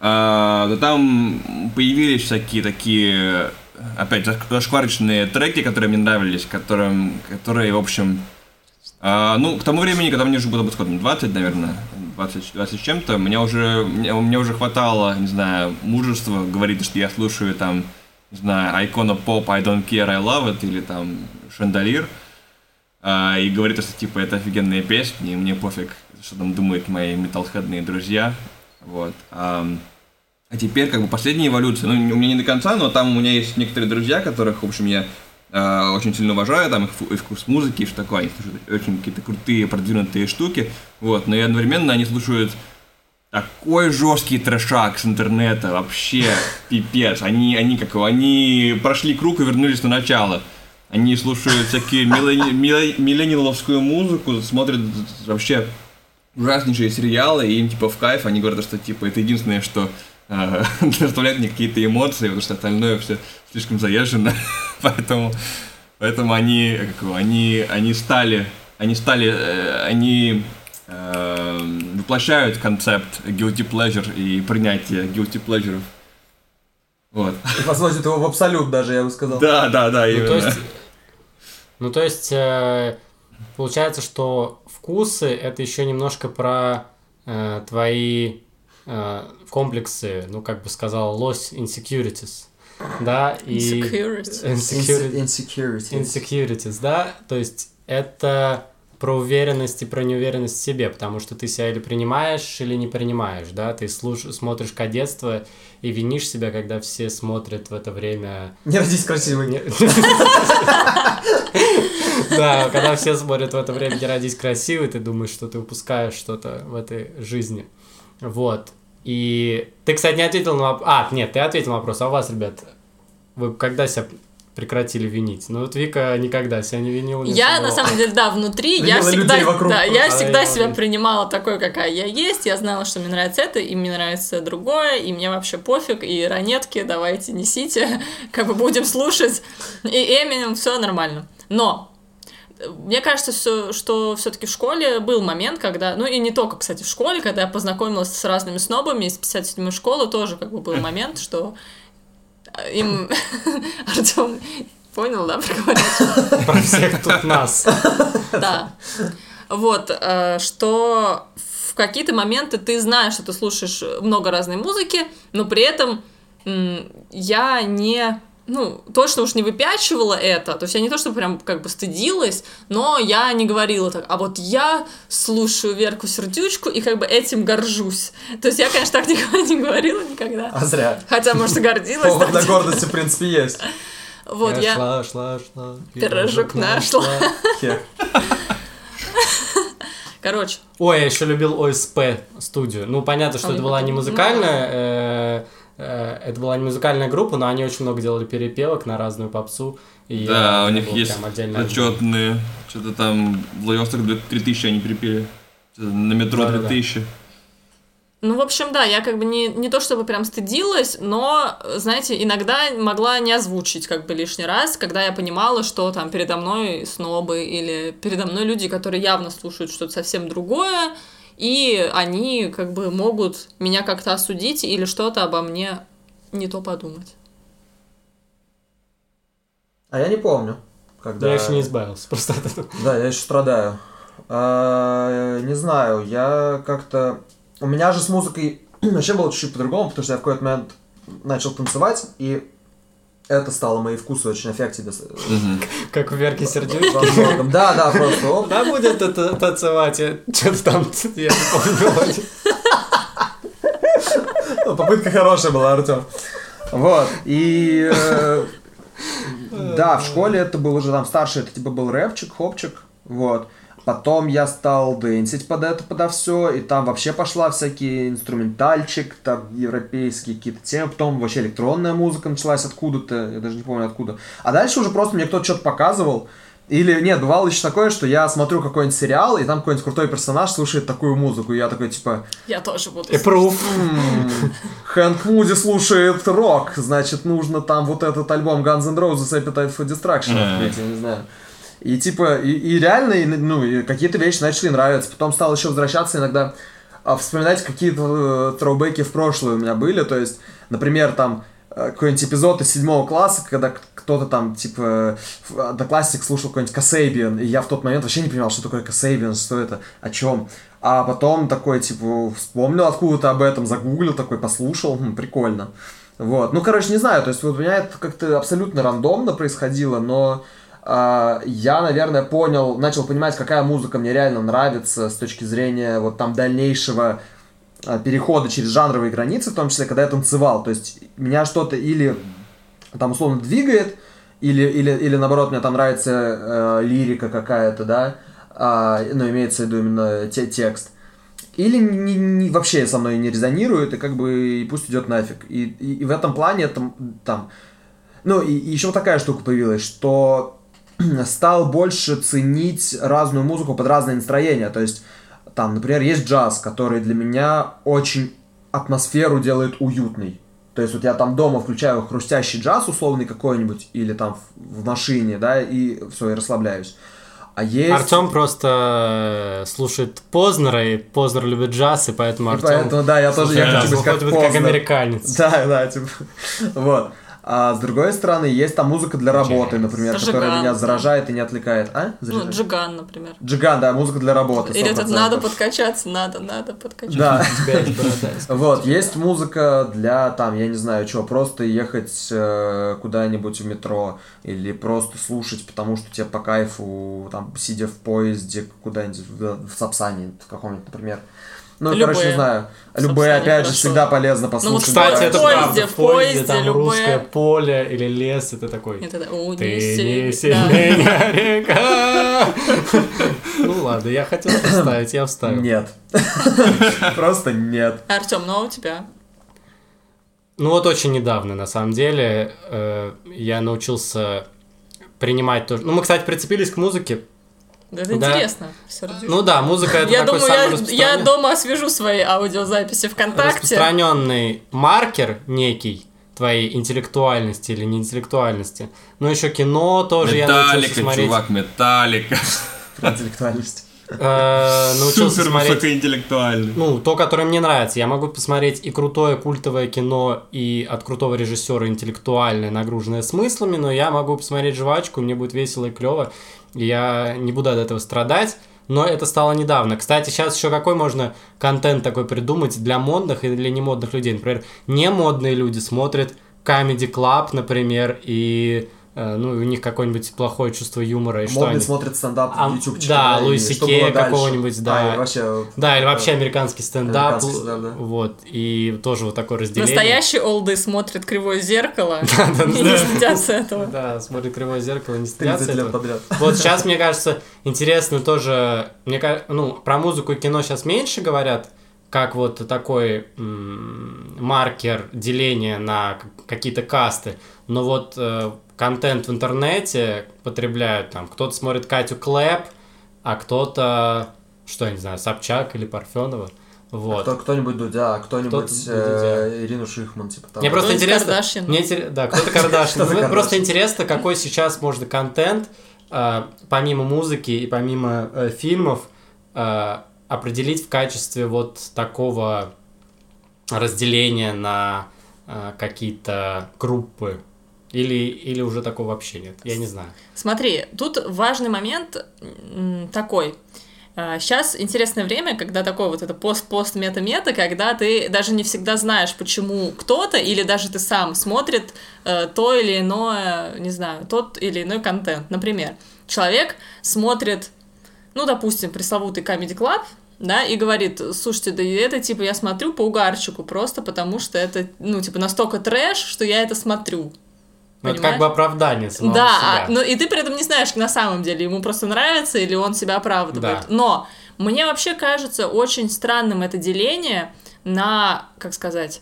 там появились всякие такие, опять, зашкварочные треки, которые мне нравились, которые, в общем, к тому времени, когда мне уже было 20, наверное, 20 с чем-то, мне уже хватало, не знаю, мужества говорить, что я слушаю, там, не знаю, Icona Pop, I Don't Care, I Love It, или там Chandelier, и говорит, что, типа, это офигенные песни, и мне пофиг, что там думают мои металлхедные друзья. Вот. А теперь последняя эволюция, у меня не до конца, но там у меня есть некоторые друзья, которых, в общем, я очень сильно уважаю, там их вкус музыки и что такое, они слушают очень какие-то крутые, продвинутые штуки, вот, но и одновременно они слушают такой жесткий трэшак с интернета, вообще пипец, они прошли круг и вернулись на начало. Они слушают всякие миллениаловскую музыку, смотрят вообще ужаснейшие сериалы, и им типа в кайф, они говорят, что типа это единственное, что доставляет мне какие-то эмоции, потому что остальное все слишком заезжено, поэтому они воплощают концепт guilty pleasure и принятие guilty pleasure. Вот. И возносят его в абсолют даже, я бы сказал. Да, именно. То есть получается, что вкусы — это еще немножко про твои комплексы, как бы сказал Лось, insecurities, да, и... Insecurities, да, то есть это про уверенность и про неуверенность в себе, потому что ты себя или принимаешь, или не принимаешь, да, ты смотришь «Кадетство» и винишь себя, когда все смотрят в это время... Не родись красивой. Да, когда все смотрят в это время «Не родись красивой», ты думаешь, что ты упускаешь что-то в этой жизни. Вот. И ты, кстати, не ответил на вопрос... Нет, ты ответил на вопрос. А у вас, ребят, вы когда себя прекратили винить? Ну вот Вика никогда себя не винила. Я, на самом деле, внутри, я всегда себя принимала такой, какая я есть, я знала, что мне нравится это, и мне нравится другое, и мне вообще пофиг, и ранетки давайте несите, будем слушать, и Эминем, все нормально. Но мне кажется, что все-таки в школе был момент, когда, ну и не только, кстати, в школе, когда я познакомилась с разными снобами из 57-й школы, тоже как бы был момент, что им Артём понял, да, проговорить? Про всех тут нас. Да. Вот, что в какие-то моменты ты знаешь, что ты слушаешь много разной музыки, но при этом я не... Ну, точно уж не выпячивала это, то есть я не то, что прям как бы стыдилась, но я не говорила так, а вот я слушаю Верку Сердючку и как бы этим горжусь. То есть я, конечно, так не говорила никогда. А зря. Хотя, может, и гордилась. Повод для гордости, в принципе, есть. Вот я шла, пирожок нашла. Хех. Короче. Ой, я еще любил ОСП студию. Ну, понятно, что это была не музыкальная... Это была не музыкальная группа, но они очень много делали перепевок на разную попсу. И да, у них есть зачетные, что-то там в Владивосток 3000 они перепели, на метро 3000. Ну, в общем, да, я как бы не то чтобы прям стыдилась, но, знаете, иногда могла не озвучить как бы лишний раз, когда я понимала, что там передо мной снобы или передо мной люди, которые явно слушают что-то совсем другое, и они как бы могут меня как-то осудить или что-то обо мне не то подумать. А я не помню. Когда... Я еще не избавился просто от этого. Да, я еще страдаю. Не знаю, я как-то... У меня же с музыкой вообще было чуть-чуть по-другому, потому что я в какой-то момент начал танцевать, и это стало мои вкусы очень аффективны. Как в Верке Сердючке. Да, просто. Да, будет это танцевать, что-то там, я не помню. Попытка хорошая была, Артём. Вот, и... Да, в школе это был уже там старший, это типа был рэпчик, хопчик, вот. Потом я стал дэнсить подо все, и там вообще пошла всякий инструментальчик, там европейские какие-то темы, потом вообще электронная музыка началась откуда-то, я даже не помню откуда. А дальше уже просто мне кто-то что-то показывал, или нет, бывало еще такое, что я смотрю какой-нибудь сериал, и там какой-нибудь крутой персонаж слушает такую музыку, и я такой типа... Я тоже буду слушать. Хэнк Муди слушает рок, значит нужно там вот этот альбом Guns N' Roses Appetite for Destruction, я не знаю. И типа, и реально, и какие-то вещи начали нравиться. Потом стал еще возвращаться иногда, вспоминать какие-то троубеки в прошлое у меня были. То есть, например, там, какой-нибудь эпизод из 7 класса, когда кто-то там, типа, одноклассник слушал какой-нибудь Kasabian, и я в тот момент вообще не понимал, что такое Kasabian, что это, о чем. А потом такой, типа, вспомнил откуда-то об этом, загуглил, такой, послушал, прикольно. Вот, ну, короче, не знаю, то есть, вот у меня это как-то абсолютно рандомно происходило, но... я, наверное, начал понимать, какая музыка мне реально нравится с точки зрения вот там дальнейшего перехода через жанровые границы, в том числе, когда я танцевал. То есть меня что-то или там условно двигает, или наоборот, мне там нравится лирика какая-то, да, ну, имеется в виду именно текст. Или вообще со мной не резонирует, и как бы и пусть идет нафиг. И в этом плане это там... Ну, и еще такая штука появилась, что стал больше ценить разную музыку под разные настроения. То есть, там, например, есть джаз, который для меня очень атмосферу делает уютной. То есть, вот я там дома включаю хрустящий джаз условный какой-нибудь, или там в машине, да, и все, и расслабляюсь. А есть... Артём просто слушает Познера, и Познер любит джаз, и поэтому Артём... Поэтому, да, я тоже хочу быть как Познер. Как американец. Да, типа, вот. А с другой стороны, есть там музыка для работы, например, которая меня заражает и не отвлекает. Ну, Джиган, например. Джиган, да, музыка для работы. 100%. Или тут надо подкачаться, надо подкачаться. Да. Вот, есть музыка для, там, я не знаю, чего, просто ехать куда-нибудь в метро, или просто слушать, потому что тебе по кайфу, там, сидя в поезде куда-нибудь в Сапсане каком-нибудь, например. Ну, короче, не знаю. Любые, опять же, всегда полезно послушать. Ну, кстати, это правда. В поезде, там любое... русское поле или лес, это такой... Это, ты неси меня, река. Ну ладно, я хотел вставить, я вставил. Нет. Просто нет. Артём, ну а у тебя? Ну вот очень недавно, на самом деле, я научился принимать тоже... Ну, мы, кстати, прицепились к музыке. Да, это интересно. Ну да, музыка это я такой думаю, самый распространенный... Я дома освежу свои аудиозаписи ВКонтакте. Распространенный маркер некий твоей интеллектуальности или неинтеллектуальности. Но еще кино тоже я научился смотреть. Чувак, Металлика. Интеллектуальность. Научился смотреть... Высокоинтеллектуальный. Ну, то, которое мне нравится. Я могу посмотреть и крутое культовое кино, и от крутого режиссера интеллектуальное, нагруженное смыслами, но я могу посмотреть жвачку, мне будет весело и клево, и я не буду от этого страдать. Но это стало недавно. Кстати, сейчас еще какой можно контент такой придумать для модных и для немодных людей. Например, немодные люди смотрят Comedy Club, например, и ну, у них какое-нибудь плохое чувство юмора. И модные смотрят стендап в ютубчике. Да, Луиси Кея какого-нибудь, да. Вообще, да, или вообще американский стендап. Да. Вот, и тоже вот такое разделение. Настоящие олды смотрят «Кривое зеркало» и не стыдятся этого. Да, смотрят «Кривое зеркало» и не стыдятся 30 лет этого. подряд. Вот сейчас, мне кажется, интересно тоже, ну, про музыку и кино сейчас меньше говорят, как вот такой маркер деления на какие-то касты, но вот контент в интернете потребляют там, кто-то смотрит Катю Клэп, а кто-то, что я не знаю, Собчак или Парфенова. Вот. Кто-нибудь Дудя, кто-нибудь Ирину Шихман, типа того. Мне просто интересно, Кардашьян. Да, кто-то Кардашьян. Мне просто интересно, какой сейчас можно контент, помимо музыки и помимо фильмов, определить в качестве вот такого разделения на какие-то группы. Или уже такого вообще нет? Я не знаю. Смотри, тут важный момент такой. Сейчас интересное время, когда такое вот это пост-мета-мета, когда ты даже не всегда знаешь, почему кто-то, или даже ты сам смотрит то или иное, не знаю, тот или иной контент. Например, человек смотрит, ну, допустим, пресловутый Comedy Club, да, и говорит: слушайте, да это, типа, я смотрю по угарчику, просто потому что это, ну, типа, настолько трэш, что я это смотрю. Ну, это как бы оправдание самого себя. Да, ну и ты при этом не знаешь, на самом деле ему просто нравится или он себя оправдывает. Да. Но мне вообще кажется очень странным это деление на, как сказать,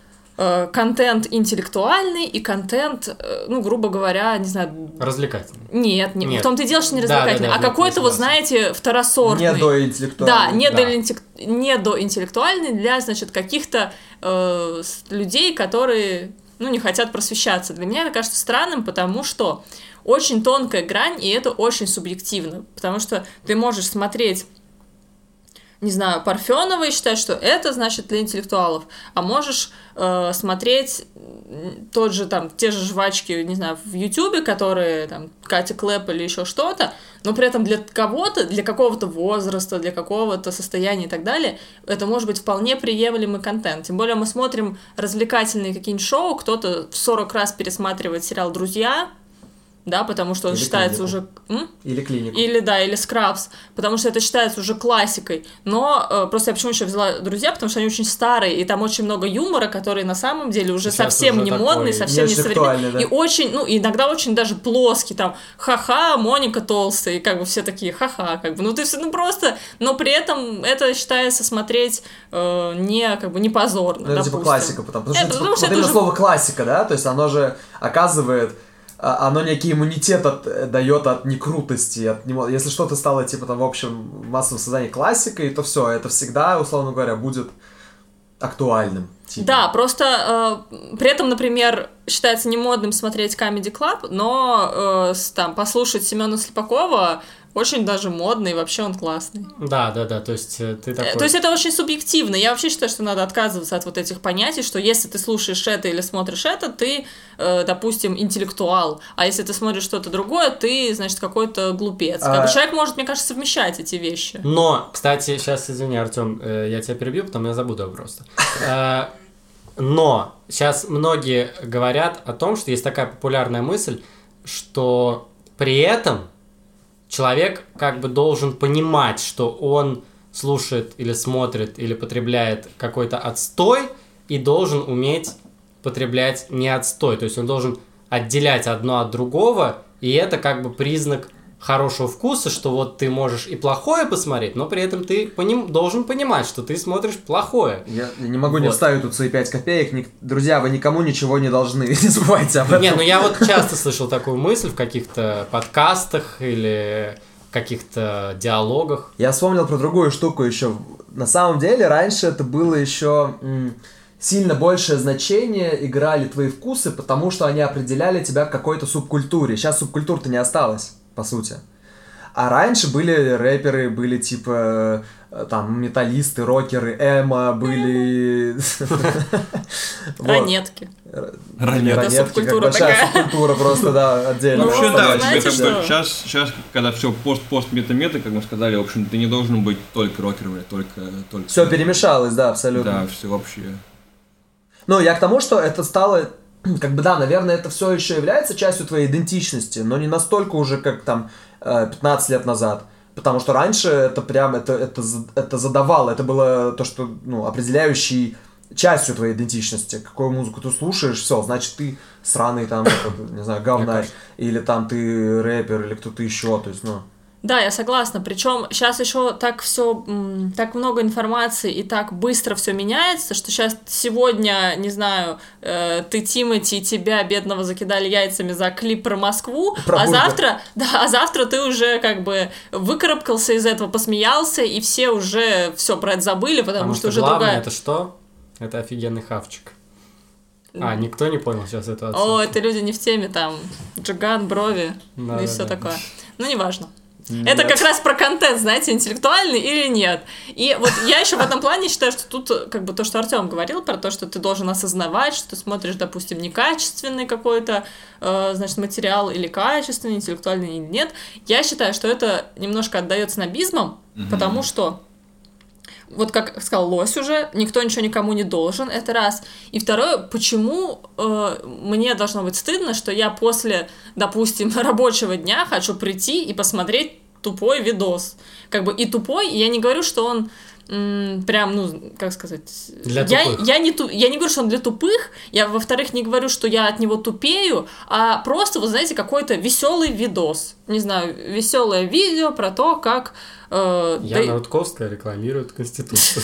контент интеллектуальный и контент, ну, грубо говоря, не знаю... Развлекательный. Нет. В том-то и дело, что не развлекательный, а какой-то, вот, знаете, второсортный. Недоинтеллектуальный. Да, недоинтеллектуальный для, значит, каких-то людей, которые... ну, не хотят просвещаться. Для меня это кажется странным, потому что очень тонкая грань, и это очень субъективно. Потому что ты можешь смотреть, не знаю, Парфенова и считать, что это, значит, для интеллектуалов, а можешь смотреть тот же, там, те же жвачки, не знаю, в Ютубе, которые, там, Катя Клэп или еще что-то, но при этом для кого-то, для какого-то возраста, для какого-то состояния и так далее, это может быть вполне приемлемый контент. Тем более мы смотрим развлекательные какие-нибудь шоу, кто-то в 40 раз пересматривает сериал «Друзья», да, потому что он или считается клинику. Уже... Или клинику. Или Скрабс, потому что это считается уже классикой. Но просто я почему еще взяла «Друзья», потому что они очень старые, и там очень много юмора, который на самом деле уже сейчас совсем уже не модный, совсем не современный. Да. И очень, ну, иногда очень даже плоский, там, ха-ха, Моника толстая, и как бы все такие ха-ха, как бы, ну, ты ну просто, но при этом это считается смотреть не, как бы, не позорно, ну, это типа классика, потому что это уже... слово классика, да, то есть оно же оказывает... оно некий иммунитет дает от некрутости, если что-то стало, типа, там, в общем, массовом сознании классикой, то все, это всегда, условно говоря, будет актуальным. Типа. Да, просто при этом, например, считается немодным смотреть Comedy Club, но там послушать Семена Слепакова очень даже модный, и вообще он классный. Да, то есть ты такой... То есть это очень субъективно. Я вообще считаю, что надо отказываться от вот этих понятий, что если ты слушаешь это или смотришь это, ты, допустим, интеллектуал, а если ты смотришь что-то другое, ты, значит, какой-то глупец. Как бы человек может, мне кажется, совмещать эти вещи. Но, кстати, сейчас, извини, Артём, я тебя перебью, потом я забуду просто. Но сейчас многие говорят о том, что есть такая популярная мысль, что при этом человек как бы должен понимать, что он слушает или смотрит или потребляет какой-то отстой и должен уметь потреблять не отстой. То есть он должен отделять одно от другого, и это как бы признак хорошего вкуса, что вот ты можешь и плохое посмотреть, но при этом ты должен понимать, что ты смотришь плохое. Я не могу не вставить тут свои 5 копеек. Друзья, вы никому ничего не должны, не забывайте об этом. Не, ну я вот часто слышал такую мысль в каких-то подкастах или каких-то диалогах. Я вспомнил про другую штуку еще. На самом деле, раньше это было еще сильно большее значение играли твои вкусы, потому что они определяли тебя к какой-то субкультуре. Сейчас субкультур-то не осталось, по сути. А раньше были рэперы, были типа там металлисты, рокеры, эмо, были... Ранетки. Ранетки, субкультура большая такая. субкультура просто, да, отдельно. Ну, вообще, да, знаете, тебе как бы что? сейчас, когда все пост-мета-мета, как мы сказали, в общем, ты не должен быть только рокером или только... Все перемешалось, да, абсолютно. Да, все вообще. Ну, я к тому, что это стало, как бы, да, наверное, это все еще является частью твоей идентичности, но не настолько уже, как там 15 лет назад. Потому что раньше это прям, это задавало, это было то, что, ну, определяющей частью твоей идентичности. Какую музыку ты слушаешь, все, значит, ты сраный там, не знаю, говнарь, или там ты рэпер, или кто-то еще, то есть, ну... Да, я согласна. Причем сейчас еще так все, так много информации и так быстро все меняется, что сейчас сегодня, не знаю, ты Тимати, и тебя бедного закидали яйцами за клип про Москву, Про завтра ты уже как бы выкарабкался из этого, посмеялся, и все уже все про это забыли, потому что уже главное другая. это что? Это офигенный хавчик. Никто не понял сейчас эту отсылку. О, это люди не в теме, там, Джиган, брови и все Да. такое. Ну, неважно. Это как раз про контент, знаете, интеллектуальный или нет. И вот я еще в этом плане считаю, что тут как бы то, что Артем говорил про то, что ты должен осознавать, что ты смотришь, допустим, некачественный какой-то, значит, материал или качественный, интеллектуальный или нет. Я считаю, что это немножко отдает снобизмом, потому что вот как сказал Лось уже, никто ничего никому не должен, это раз. И второе, почему мне должно быть стыдно, что я после, допустим, рабочего дня хочу прийти и посмотреть тупой видос. Как бы и тупой, и я не говорю, что он прям, ну, как сказать... Для тупых. Я не говорю, что он для тупых, я, во-вторых, не говорю, что я от него тупею, а просто, вы знаете, какой-то веселый видос. Не знаю, веселое видео про то, как... Яна Рудковская рекламирует Конституцию.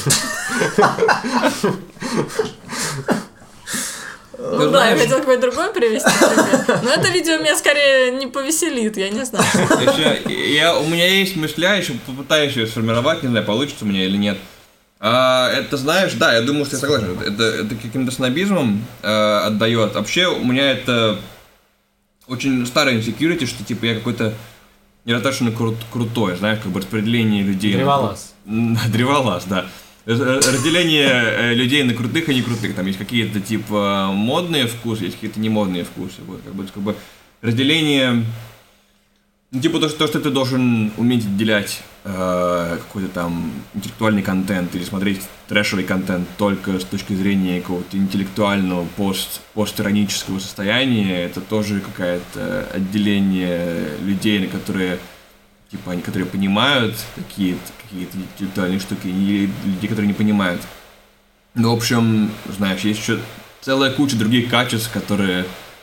Ну да, я хотела какой-то другой привести пример. Но это видео меня скорее не повеселит, я не знаю. У меня есть мысля, еще попытаюсь ее сформировать, не знаю, получится у меня или нет. Это, знаешь, да, я думаю, что я согласен. Это каким-то снобизмом отдает. Вообще, у меня это очень старая insecurity, что типа я какой-то недостаточно крутой, знаешь, как бы распределение людей. Древолаз. Древолаз, да. Разделение людей на крутых и не крутых. Там есть какие-то типа модные вкусы, есть какие-то немодные вкусы. Вот, как бы разделение. Ну, типа то, что ты должен уметь отделять какой-то там интеллектуальный контент или смотреть трэшевый контент только с точки зрения какого-то интеллектуального постиронического состояния. Это тоже какое-то отделение людей, на которые типа они, которые понимают какие-то интеллектуальные штуки, и людей, которые не понимают. Ну, в общем, знаешь, есть еще целая куча других качеств, которые,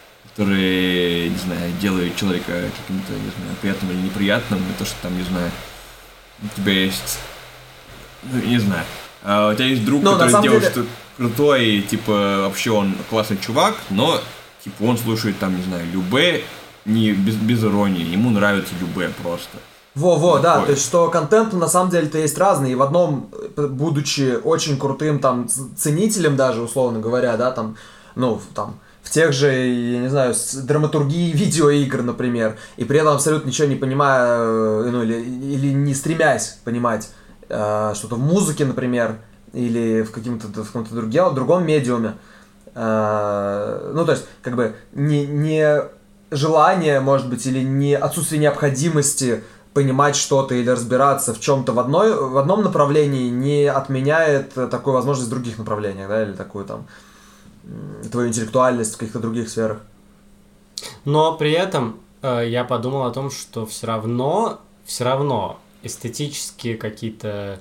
не знаю, делают человека каким-то, не знаю, приятным или неприятным. И то, что там, не знаю, у тебя есть, ну, не знаю, у тебя есть друг, который делает что-то крутое, и, типа, вообще он классный чувак, но, типа, он слушает, там, не знаю, любэ, не без иронии, ему нравится любэ просто. Да, то есть, что контент на самом деле-то есть разный, и в одном, будучи очень крутым там ценителем даже, условно говоря, да, там, ну, там, в тех же, я не знаю, драматургии видеоигр, например, и при этом абсолютно ничего не понимая, ну, или не стремясь понимать что-то в музыке, например, или в каком-то другом медиуме, ну, то есть, как бы, не желание, может быть, или не отсутствие необходимости понимать что-то или разбираться в чем-то в одном направлении не отменяет такую возможность в других направлениях, да, или такую там твою интеллектуальность в каких-то других сферах. Но при этом я подумал о том, что все равно эстетические какие-то,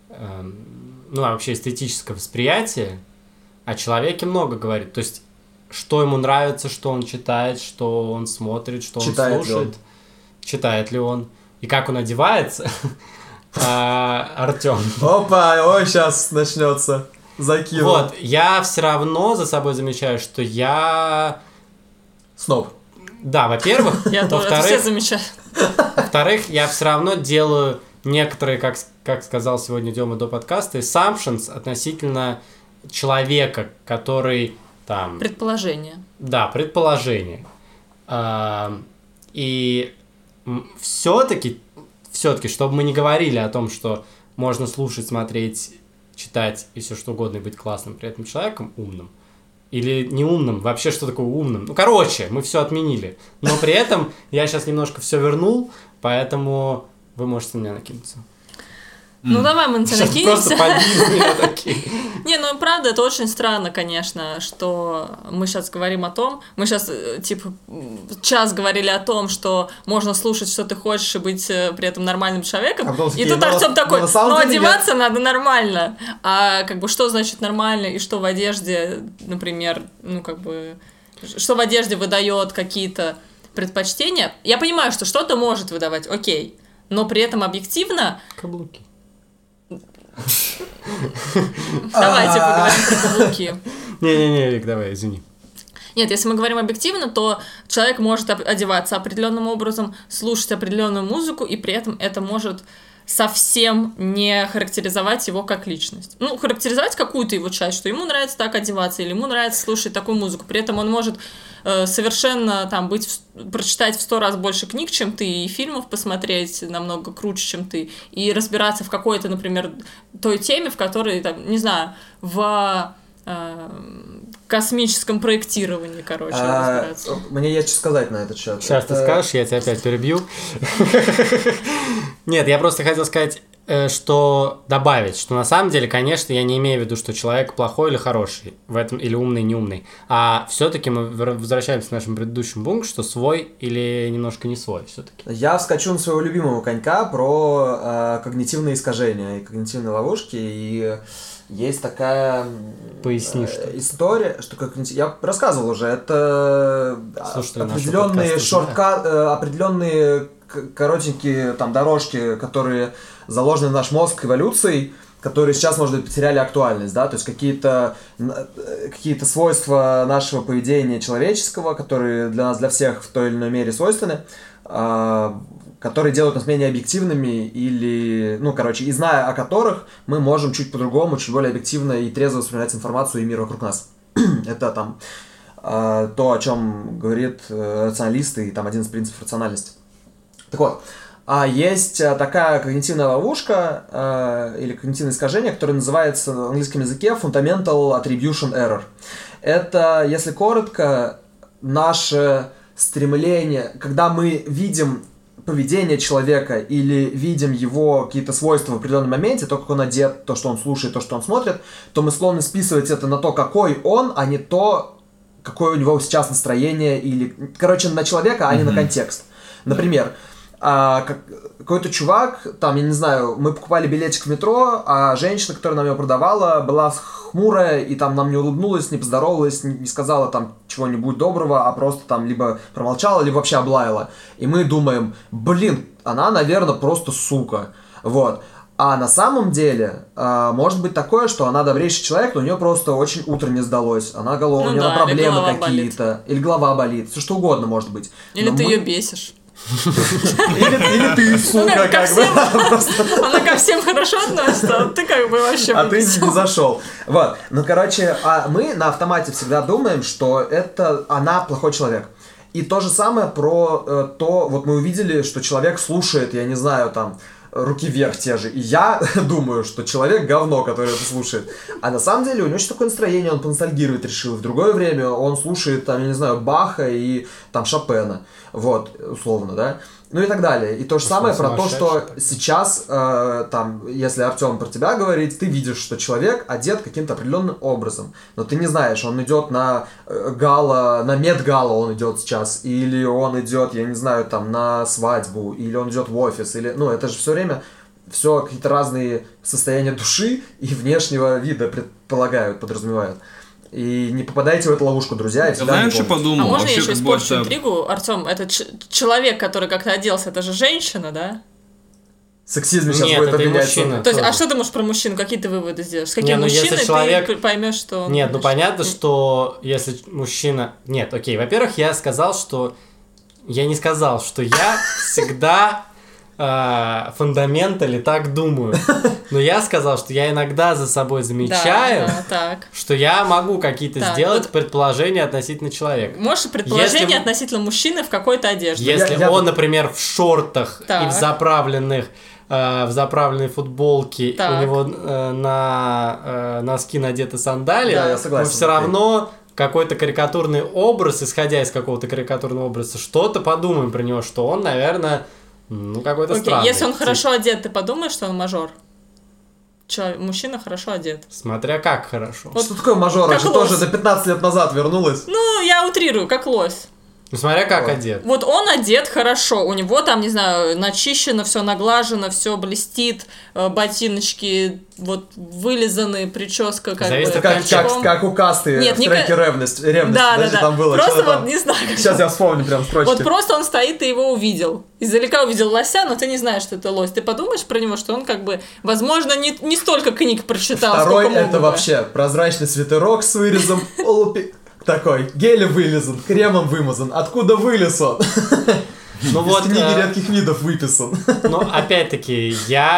ну, вообще эстетическое восприятие о человеке много говорит. То есть, что ему нравится, что он читает, что он смотрит, что он слушает. Читает ли он. И как он одевается, Артем. Опа, ой, сейчас начнется. Закину. Вот, я все равно за собой замечаю, что я... Сноб. Да, во-первых. Я тоже это все замечаю. Во-вторых, я все равно делаю некоторые, как сказал сегодня Дема до подкаста, assumptions относительно человека, который там... Предположение. Да, предположение. И все-таки, чтобы мы не говорили о том, что можно слушать, смотреть, читать и все что угодно, и быть классным при этом человеком, умным, или не умным, вообще что такое умным. Ну, короче, мы все отменили. Но при этом я сейчас немножко все вернул, поэтому вы можете на меня накинуться. Ну, давай мы на тебя Сейчас накинемся. просто побили меня такие. Не, ну, правда, это очень странно, конечно, что мы сейчас говорим о том, мы сейчас, типа, час говорили о том, что можно слушать, что ты хочешь, и быть при этом нормальным человеком, и тут Артём такой, ну, одеваться надо нормально. А, как бы, что значит нормально, и что в одежде, например, ну, как бы, что в одежде выдает какие-то предпочтения. Я понимаю, что что-то может выдавать, окей, но при этом объективно... Каблуки. Давайте поговорим про каблуки. Не-не-не, Вик, давай, извини. Нет, если мы говорим объективно, то человек может одеваться определенным образом, слушать определенную музыку, и при этом это может совсем не характеризовать его как личность. Ну, характеризовать какую-то его часть, что ему нравится так одеваться, или ему нравится слушать такую музыку. При этом он может совершенно там прочитать в 100 раз больше книг, чем ты, и фильмов посмотреть намного круче, чем ты, и разбираться в какой-то, например, той теме, в которой, там, не знаю, в космическом проектировании, короче, разбираться. Мне есть что сказать на этот счет. Сейчас ты скажешь, я тебя опять перебью. Нет, я просто хотел сказать, что добавить, что на самом деле, конечно, я не имею в виду, что человек плохой или хороший в этом, или умный, не умный, а все-таки мы возвращаемся к нашему предыдущему пункту, что свой или немножко не свой все-таки. Я вскочу на своего любимого конька про когнитивные искажения и когнитивные ловушки, и есть такая история, что я рассказывал уже, это определенные определенные коротенькие там дорожки, которые заложены в наш мозг эволюцией, которые сейчас, может быть, потеряли актуальность, да, то есть какие-то свойства нашего поведения человеческого, которые для нас, для всех в той или иной мере свойственны, которые делают нас менее объективными или, ну, короче, и зная о которых, мы можем чуть по-другому, чуть более объективно и трезво воспринимать информацию и мир вокруг нас. Это там то, о чем говорит рационалисты, и там один из принципов рациональности. Так вот, есть такая когнитивная ловушка или когнитивное искажение, которое называется в английском языке Fundamental Attribution Error. Это, если коротко, наше стремление, когда мы видим поведение человека или видим его какие-то свойства в определенном моменте, то, как он одет, то, что он слушает, то, что он смотрит, то мы склонны списывать это на то, какой он, а не то, какое у него сейчас настроение, или, короче, на человека, а не на контекст. Например, какой-то чувак, там, я не знаю, мы покупали билетик в метро, а женщина, которая нам его продавала, была хмурая, и там нам не улыбнулась, не поздоровалась, не сказала там чего-нибудь доброго, а просто там либо промолчала, либо вообще облаяла. И мы думаем, блин, она, наверное, просто сука. Вот. А на самом деле, может быть такое, что она добрейший человек, но у нее просто очень утро не сдалось. Она у нее проблемы какие-то. Или голова болит. Все что угодно может быть. Или ты ее бесишь. Или ты, сука, как бы. Она ко всем хорошо относится, а ты как бы вообще... А ты не зашел. Вот. Ну, короче, мы на автомате всегда думаем, что это она плохой человек. И то же самое про то, вот мы увидели, что человек слушает, я не знаю, там, руки вверх те же. И я думаю, что человек говно, который это слушает. А на самом деле у него еще такое настроение, он поностальгировать решил. В другое время он слушает, там, я не знаю, Баха и там Шопена. Вот, условно, да. Ну и так далее. И то же самое про то, что сейчас, там, если, Артем, про тебя говорить, ты видишь, что человек одет каким-то определенным образом. Но ты не знаешь, он идет на гала, на медгала он идет сейчас, или он идет, я не знаю, там, на свадьбу, или он идет в офис, или, ну, это же все время все какие-то разные состояния души и внешнего вида предполагают, подразумевают. И не попадайте в эту ловушку, друзья. Знаешь, что подумал? А можно я еще испорчу интригу? Артем, это человек, который как-то оделся, это же женщина, да? Сексизм сейчас будет обвиняться. То есть, а что ты можешь про мужчину? Какие ты выводы сделаешь? С каким мужчиной ты поймешь, что... Нет, ну понятно, что если мужчина... Нет, окей, во-первых, я сказал, что... Я не сказал, что я всегда фундаментали так думаю. Но я сказал, что я иногда за собой замечаю, так. что я могу какие-то сделать предположения относительно человека. Можешь предположение относительно мужчины в какой-то одежде. Если он, например, в шортах и в заправленной футболке, у него на носки надеты сандалии, мы все равно какой-то карикатурный образ, исходя из какого-то карикатурного образа, что-то подумаем про него, что он, наверное, какой-то странный. Если он хорошо одет, ты подумаешь, что он мажор? Мужчина хорошо одет. Смотря как хорошо. Что такое мажор? Это же тоже до 15 лет назад вернулась. Ну, я утрирую, как лось. Смотря как одет. Вот он одет хорошо, у него там, не знаю, начищено, все наглажено, все блестит, ботиночки вот вылизаны, прическа как у Касты в треке «Ревность». Да. Там было. Просто вот не знаю. Сейчас я вспомню прям строчки. Вот просто он стоит, ты его увидел. Издалека увидел лося, но ты не знаешь, что это лось. Ты подумаешь про него, что он возможно, не столько книг прочитал, Второй сколько это вообще прозрачный свитерок с вырезом такой, гелем вылезан, кремом вымазан. Откуда вылез он? Ну вот, из книги редких видов выписан. Ну, опять-таки,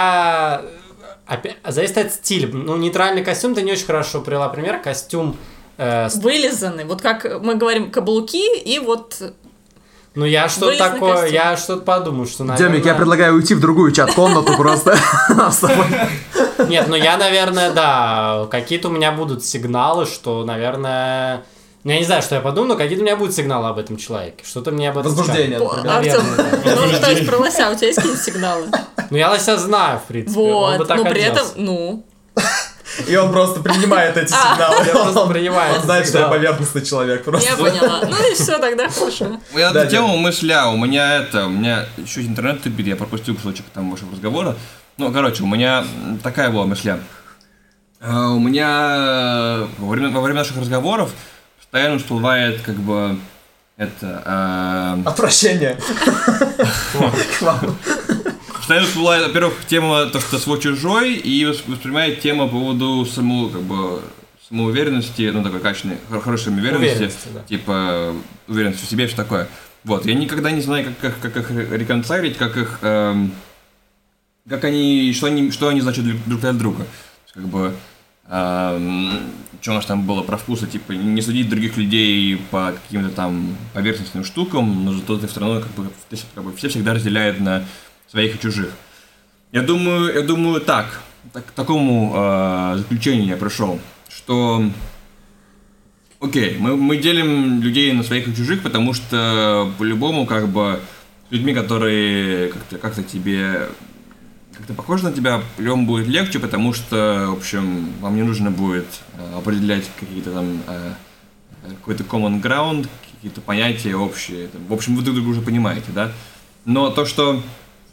зависит от стиля. Ну, нейтральный костюм ты не очень хорошо привела пример. Костюм... вылизанный. Вот как мы говорим, каблуки и вот... Ну, я что-то такое, костюм. Я что-то подумаю, что, наверное... Демик, я предлагаю уйти в другую чат-комнату просто с тобой. Нет, ну я, наверное, да, какие-то у меня будут сигналы, что, наверное... Ну, я не знаю, что я подумаю, но какие-то у меня будут сигналы об этом человеке. Что-то мне об этом возбуждение, например. Артём, ну, то есть про лося у тебя есть какие-то сигналы? Ну, я лося знаю, в принципе. Вот, но при этом, И он просто принимает эти сигналы. Я просто принимаю. Он знает, что я поверхностный человек. Я поняла. Ну и все, тогда хорошо. Я эту тему мысля, у меня еще интернет тупит, я пропустил кусочек там вашего разговора. Ну, короче, у меня такая была мысля. У меня во время наших разговоров постоянно всплывает отвращение. Постоянно всплывает, во-первых, тема то, что свой-чужой, и воспринимает тема по поводу самоуверенности, ну, такой качественной, хорошей самоуверенности, типа уверенности в себе, все такое. Вот, я никогда не знаю, как их реконцилировать, что они значат друг для друга. Что у нас там было про вкусы, типа, не судить других людей по каким-то там поверхностным штукам, но зато ты все равно все всегда разделяют на своих и чужих. Я думаю к такому заключению я пришел, что окей, мы делим людей на своих и чужих, потому что по-любому с людьми, которые как-то похожи на тебя, по-любому будет легче, потому что, в общем, вам не нужно будет определять какие-то там какой-то common ground, какие-то понятия общие. В общем, вы друг друга уже понимаете, да? Но то, что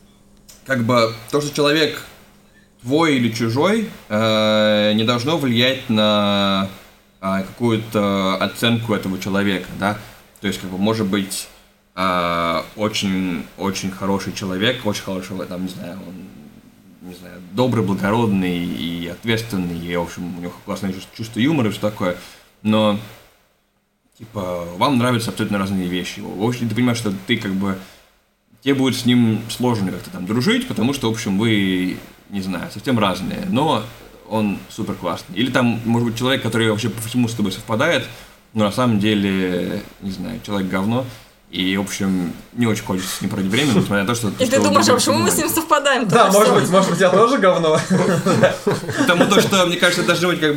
человек твой или чужой, не должно влиять на какую-то оценку этого человека, да? То есть, может быть, очень хороший человек, очень хороший, там, не знаю, добрый, благородный и ответственный, и, в общем, у него классное чувство юмора и все такое, но, вам нравятся абсолютно разные вещи. В общем, ты понимаешь, что тебе будет с ним сложно как-то там дружить, потому что, в общем, вы, не знаю, совсем разные, но он супер классный. Или там, может быть, человек, который вообще по всему с тобой совпадает, но на самом деле, не знаю, человек говно, и, в общем, не очень хочется с ним проводить время, несмотря на то, что... И ты думаешь, а почему мы с ним совпадаем? Да, может быть, я тоже говно. Потому что, мне кажется, должно быть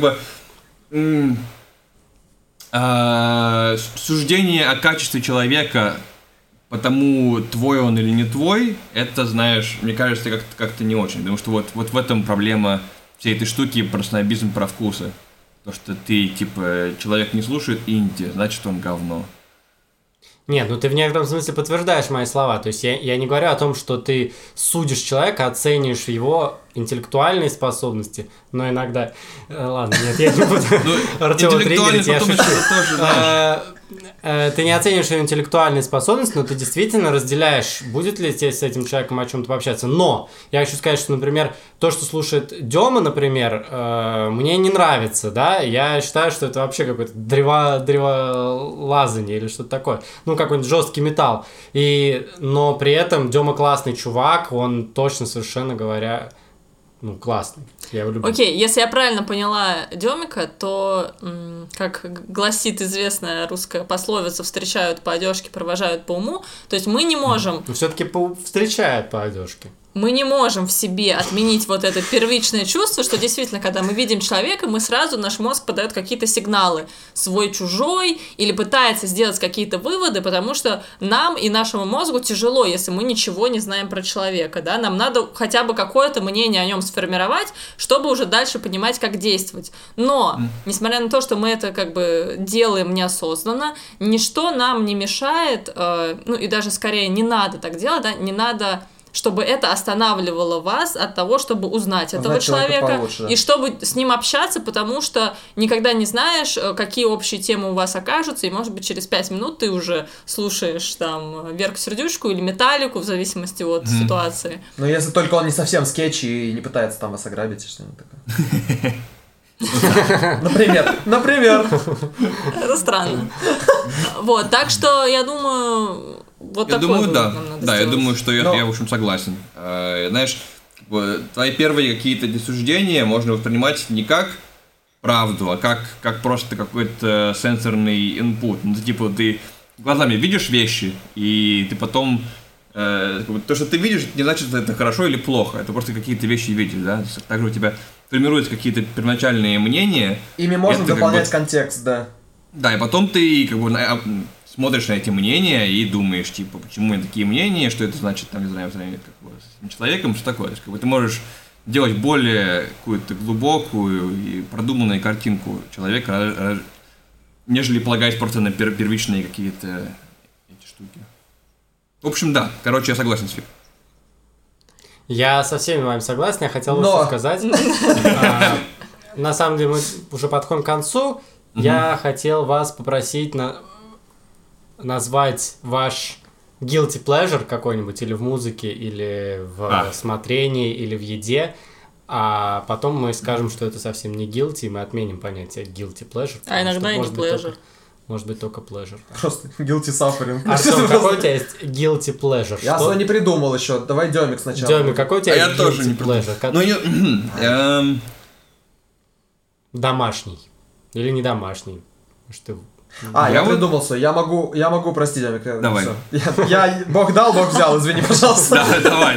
суждение о качестве человека, потому твой он или не твой, это, знаешь, мне кажется, как-то не очень. Потому что вот в этом проблема всей этой штуки про снобизм, про вкусы. То, что ты, человек не слушает инди, значит, он говно. Нет, ну ты в некотором смысле подтверждаешь мои слова. То есть я не говорю о том, что ты судишь человека, оцениваешь его интеллектуальные способности, но иногда... Ладно, нет, я не буду Артёма триггерить, я шучу. ты не оценишь ее интеллектуальные способности, но ты действительно разделяешь, будет ли тебе с этим человеком о чем-то пообщаться. Но я хочу сказать, что, например, то, что слушает Дема, например, мне не нравится, да, я считаю, что это вообще какое-то древолазание или что-то такое, ну, какой-нибудь жесткий металл. Но при этом Дема классный чувак, он точно, совершенно говоря, ну, классный. Я его люблю. Окей, если я правильно поняла Демика, то, как гласит известная русская пословица, встречают по одежке, провожают по уму, то есть мы не можем... Но все-таки встречают по одежке. Мы не можем в себе отменить вот это первичное чувство, что действительно, когда мы видим человека, мы сразу, наш мозг подает какие-то сигналы, свой-чужой, или пытается сделать какие-то выводы, потому что нам и нашему мозгу тяжело, если мы ничего не знаем про человека, да, нам надо хотя бы какое-то мнение о нем сформировать, чтобы уже дальше понимать, как действовать. Но, несмотря на то, что мы это как бы делаем неосознанно, ничто нам не мешает, ну и даже скорее не надо так делать, да, не надо... чтобы это останавливало вас от того, чтобы узнать этого человека получше, да. И чтобы с ним общаться, потому что никогда не знаешь, какие общие темы у вас окажутся, и, может быть, через 5 минут ты уже слушаешь там Верку Сердючку или Металлику, в зависимости от ситуации. Ну, если только он не совсем скетч и не пытается там вас ограбить, что-нибудь такое. Например. Это странно. Вот, так что я думаю... Вот я такой думаю, да. нам надо Да, я сделать. думаю, что я, в общем, согласен. Знаешь, твои первые какие-то суждения можно воспринимать не как правду, а как просто какой-то сенсорный инпут. Ну, типа, ты глазами видишь вещи, и ты потом... то, что ты видишь, не значит, что это хорошо или плохо. Это просто какие-то вещи видишь, да? Также у тебя формируются какие-то первоначальные мнения. Ими можно дополнять контекст, да. Да, и потом ты как бы смотришь на эти мнения и думаешь, типа, почему у меня такие мнения, что это значит, там, не знаю, с этим человеком, что такое. То есть, как бы, ты можешь делать более какую-то глубокую и продуманную картинку человека, нежели полагаясь просто на первичные какие-то эти штуки. В общем, да. Короче, я согласен с Фип. Я со всеми вами согласен, я хотел что сказать. На самом деле, мы уже подходим к концу. Я хотел вас попросить назвать ваш guilty pleasure какой-нибудь или в музыке, или в смотрении, или в еде, а потом мы скажем, что это совсем не guilty, и мы отменим понятие guilty pleasure. А иногда и не pleasure. Может быть, только pleasure. Просто guilty suffering. Артём, какой у тебя есть guilty pleasure? Я свой не придумал еще. Давай Демик сначала. Демик, какой у тебя есть guilty тоже не pleasure? Домашний. Или не домашний. Что... я придумал свой. Я могу, прости, Демик. Давай. Бог дал, Бог взял, извини, пожалуйста. Давай.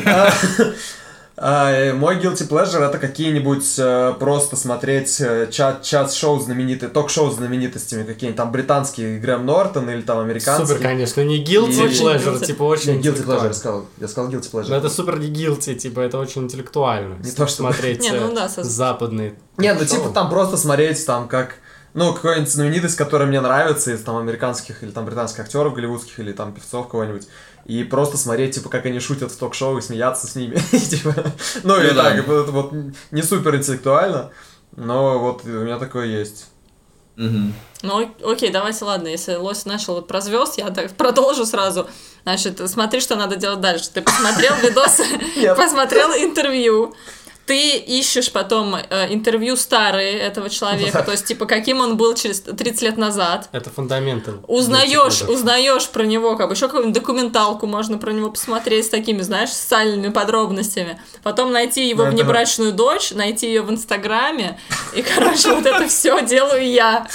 Мой guilty pleasure это какие-нибудь просто смотреть чат-шоу знаменитые, ток-шоу с знаменитостями, какие-нибудь там британские Грэм Нортон или там американские. Супер, конечно, не guilty pleasure, типа очень guilty pleasure я сказал guilty pleasure. Но это супер не guilty, типа это очень интеллектуально. Не то, что смотреть западные. Не, ну типа там просто смотреть там как... Ну, какая-нибудь знаменитость, которая мне нравится, из там американских или там британских актеров голливудских, или там певцов кого-нибудь, и просто смотреть, типа, как они шутят в ток-шоу и смеяться с ними. Ну, и так, это вот не супер интеллектуально, но вот у меня такое есть. Ну, окей, давайте, ладно, если Лось начал вот про звезд, я так продолжу сразу. Значит, смотри, что надо делать дальше. Ты посмотрел видосы, посмотрел интервью. Ты ищешь потом интервью старые этого человека, то есть, типа, каким он был через 30 лет назад. Это фундамент. Узнаешь про него, как бы, еще какую-нибудь документалку можно про него посмотреть с такими, знаешь, социальными подробностями. Потом найти его внебрачную дочь, найти ее в Инстаграме, и, короче, вот это все делаю я.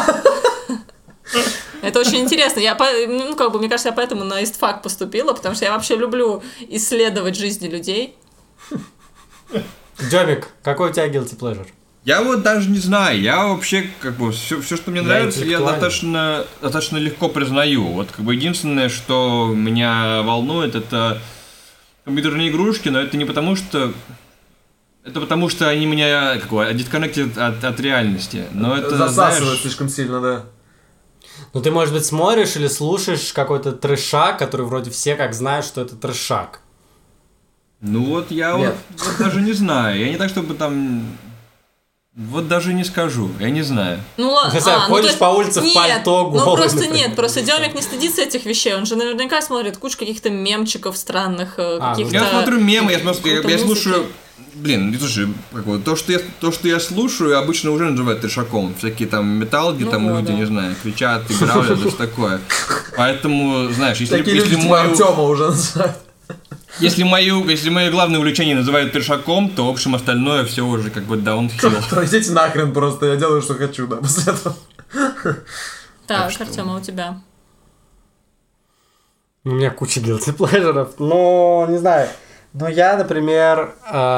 Это очень интересно. Мне кажется, я поэтому на ИСТФАК поступила, потому что я вообще люблю исследовать жизни людей. Демик, какой у тебя guilty pleasure? Я вот даже не знаю, я вообще, как бы, все, что мне нравится, я достаточно легко признаю. Вот, как бы, единственное, что меня волнует, это компьютерные игрушки, но это не потому, что... Это потому, что они меня, disconnected от реальности. Но это, засасывают слишком сильно, да. Ну, ты, может быть, смотришь или слушаешь какой-то трэшак, который вроде все как знают, что это трэшак. Ну вот я вот даже не знаю. Я не так, чтобы там... Вот даже не скажу, я не знаю. Ну ладно. Не знаю, ходишь по улице в пальто голый, Ну просто например. нет, просто Демик не стыдится этих вещей. Он же наверняка смотрит кучу каких-то мемчиков странных, каких-то... Я смотрю мемы, я какой-то слушаю... Блин, слушай, то, что я слушаю, обычно уже называют трешаком. Всякие там металлги, Ну там вот, люди, да. не знаю, кричат, играют, это что такое. Поэтому, знаешь, Такие люди типа Артема уже называют. если мое главное увлечение называют трешаком, то, в общем, остальное все уже как бы даунхилл. То идите нахрен просто, я делаю, что хочу, да, после этого. Так, Артем, а у тебя? У меня куча guilty pleasure'ов, но не знаю. Но я, например,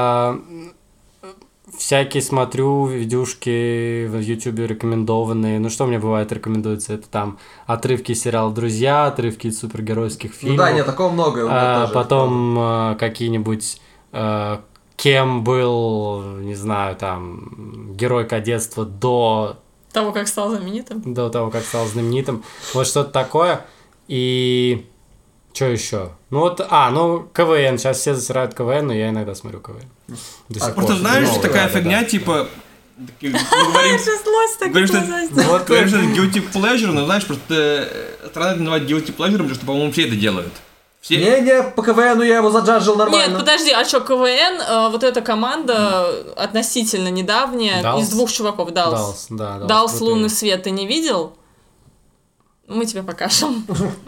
всякие смотрю видюшки в Ютубе рекомендованные. Ну, что мне бывает рекомендуется? Это там отрывки сериала «Друзья», отрывки из супергеройских фильмов. Ну да, нет, такого много. у меня тоже. Потом какие-нибудь... кем был, не знаю, там, герой кадетства до Того, как стал знаменитым? того, как стал знаменитым. Вот что-то такое. И... Что еще? Ну вот, КВН. Сейчас все засирают КВН, но я иногда смотрю КВН. До сих пор. Просто знаешь, Ну, такая да, фигня, да. типа... Мы говорим, Сейчас лось так говорим, что Вот говорим, что это guilty pleasure, но знаешь, просто странно это называть guilty pleasure, потому что, по-моему, все это делают. Все... Не, по КВНу я его заджаджил нормально. Нет, подожди, а что, КВН, вот эта команда относительно недавняя, Далс. из двух чуваков, Далс. Далс крутые. «Лунный свет» ты не видел? Мы тебе покажем.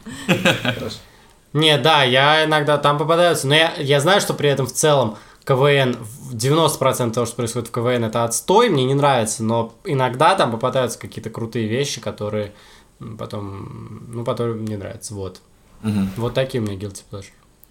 Не, да, я иногда там попадаются, но я знаю, что при этом в целом КВН, 90% того, что происходит в КВН, это отстой, мне не нравится, но иногда там попадаются какие-то крутые вещи, которые потом мне нравятся, вот. Вот такие у меня guilty pleasure.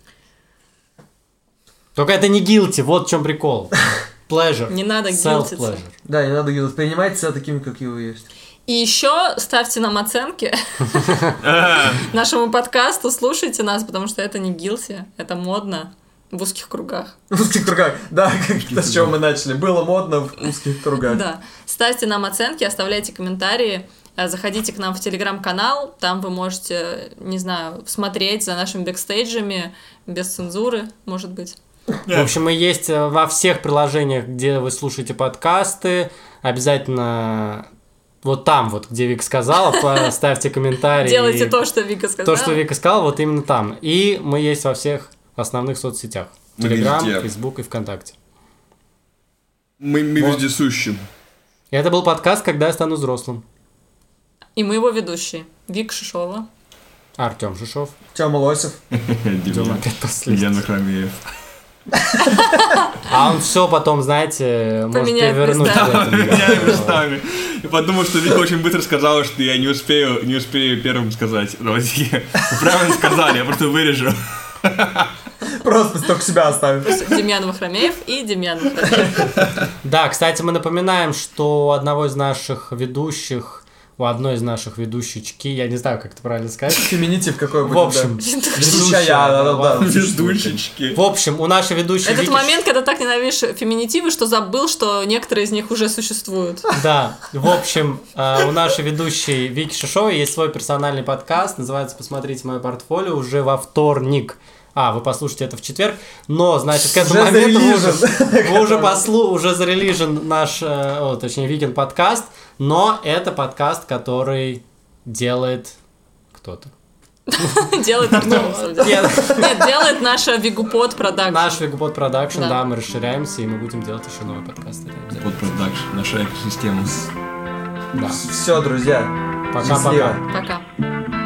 Только это не guilty, вот в чем прикол. Pleasure. Не надо Self-pleasure. guiltиться. Да, не надо гилдить. Принимайте себя такими, какие вы есть. И еще ставьте нам оценки нашему подкасту, слушайте нас, потому что это не guilty, это модно в узких кругах. В узких кругах. Да, как с чего мы начали. Было модно в узких кругах. Да. Ставьте нам оценки, оставляйте комментарии, заходите к нам в телеграм-канал, там вы можете, не знаю, смотреть за нашими бэкстейджами, без цензуры, может быть. В общем, мы есть во всех приложениях, где вы слушаете подкасты. Обязательно вот там, вот где Вика сказала, поставьте комментарии. Делайте то, что Вика сказала. То, что Вика сказала, вот именно там. И мы есть во всех основных соцсетях. Мы Телеграм, везде. Фейсбук и ВКонтакте. Мы вездесущи. И это был подкаст «Когда я стану взрослым». И мы его ведущие. Вика Шишова. Артем Шишов. Тёма Лосев. Тёма опять последний. Демьян Вахрамеев. А он все потом, знаете, может Поменяет перевернуть. местами. в этом. Меняем местами. И подумал, что Вика очень быстро сказала, что я не успею первым сказать. Давайте. Вы правильно сказали, я просто вырежу. Просто только себя оставим. Демьян Вахрамеев и Демьян Вахрамеев. Да, кстати, мы напоминаем, что у одной из наших ведущечки, я не знаю, как это правильно сказать. Феминитив какой будет. В общем, Ведущая, да. Ведущечки. В общем, у нашей ведущей Этот Вики момент, когда так ненавидишь феминитивы, что забыл, что некоторые из них уже существуют. Да, в общем, у нашей ведущей Вики Шишовой есть свой персональный подкаст, называется «Посмотрите мое портфолио», уже во вторник. Вы послушайте это в четверг, но, значит, к этому Уже моменту зарелижен. уже зарелижен наш, точнее, Викин подкаст, но это подкаст, который делает кто-то. Делает Артем. Нет. Нет, делает наша Вигупод продакшн. Наш Вегупод Продакшн, Да. да, мы расширяемся, и мы будем делать еще новые подкасты. Вот продакшн, наша экосистема. Да. Все, друзья. Пока-пока. Счастливо. Пока.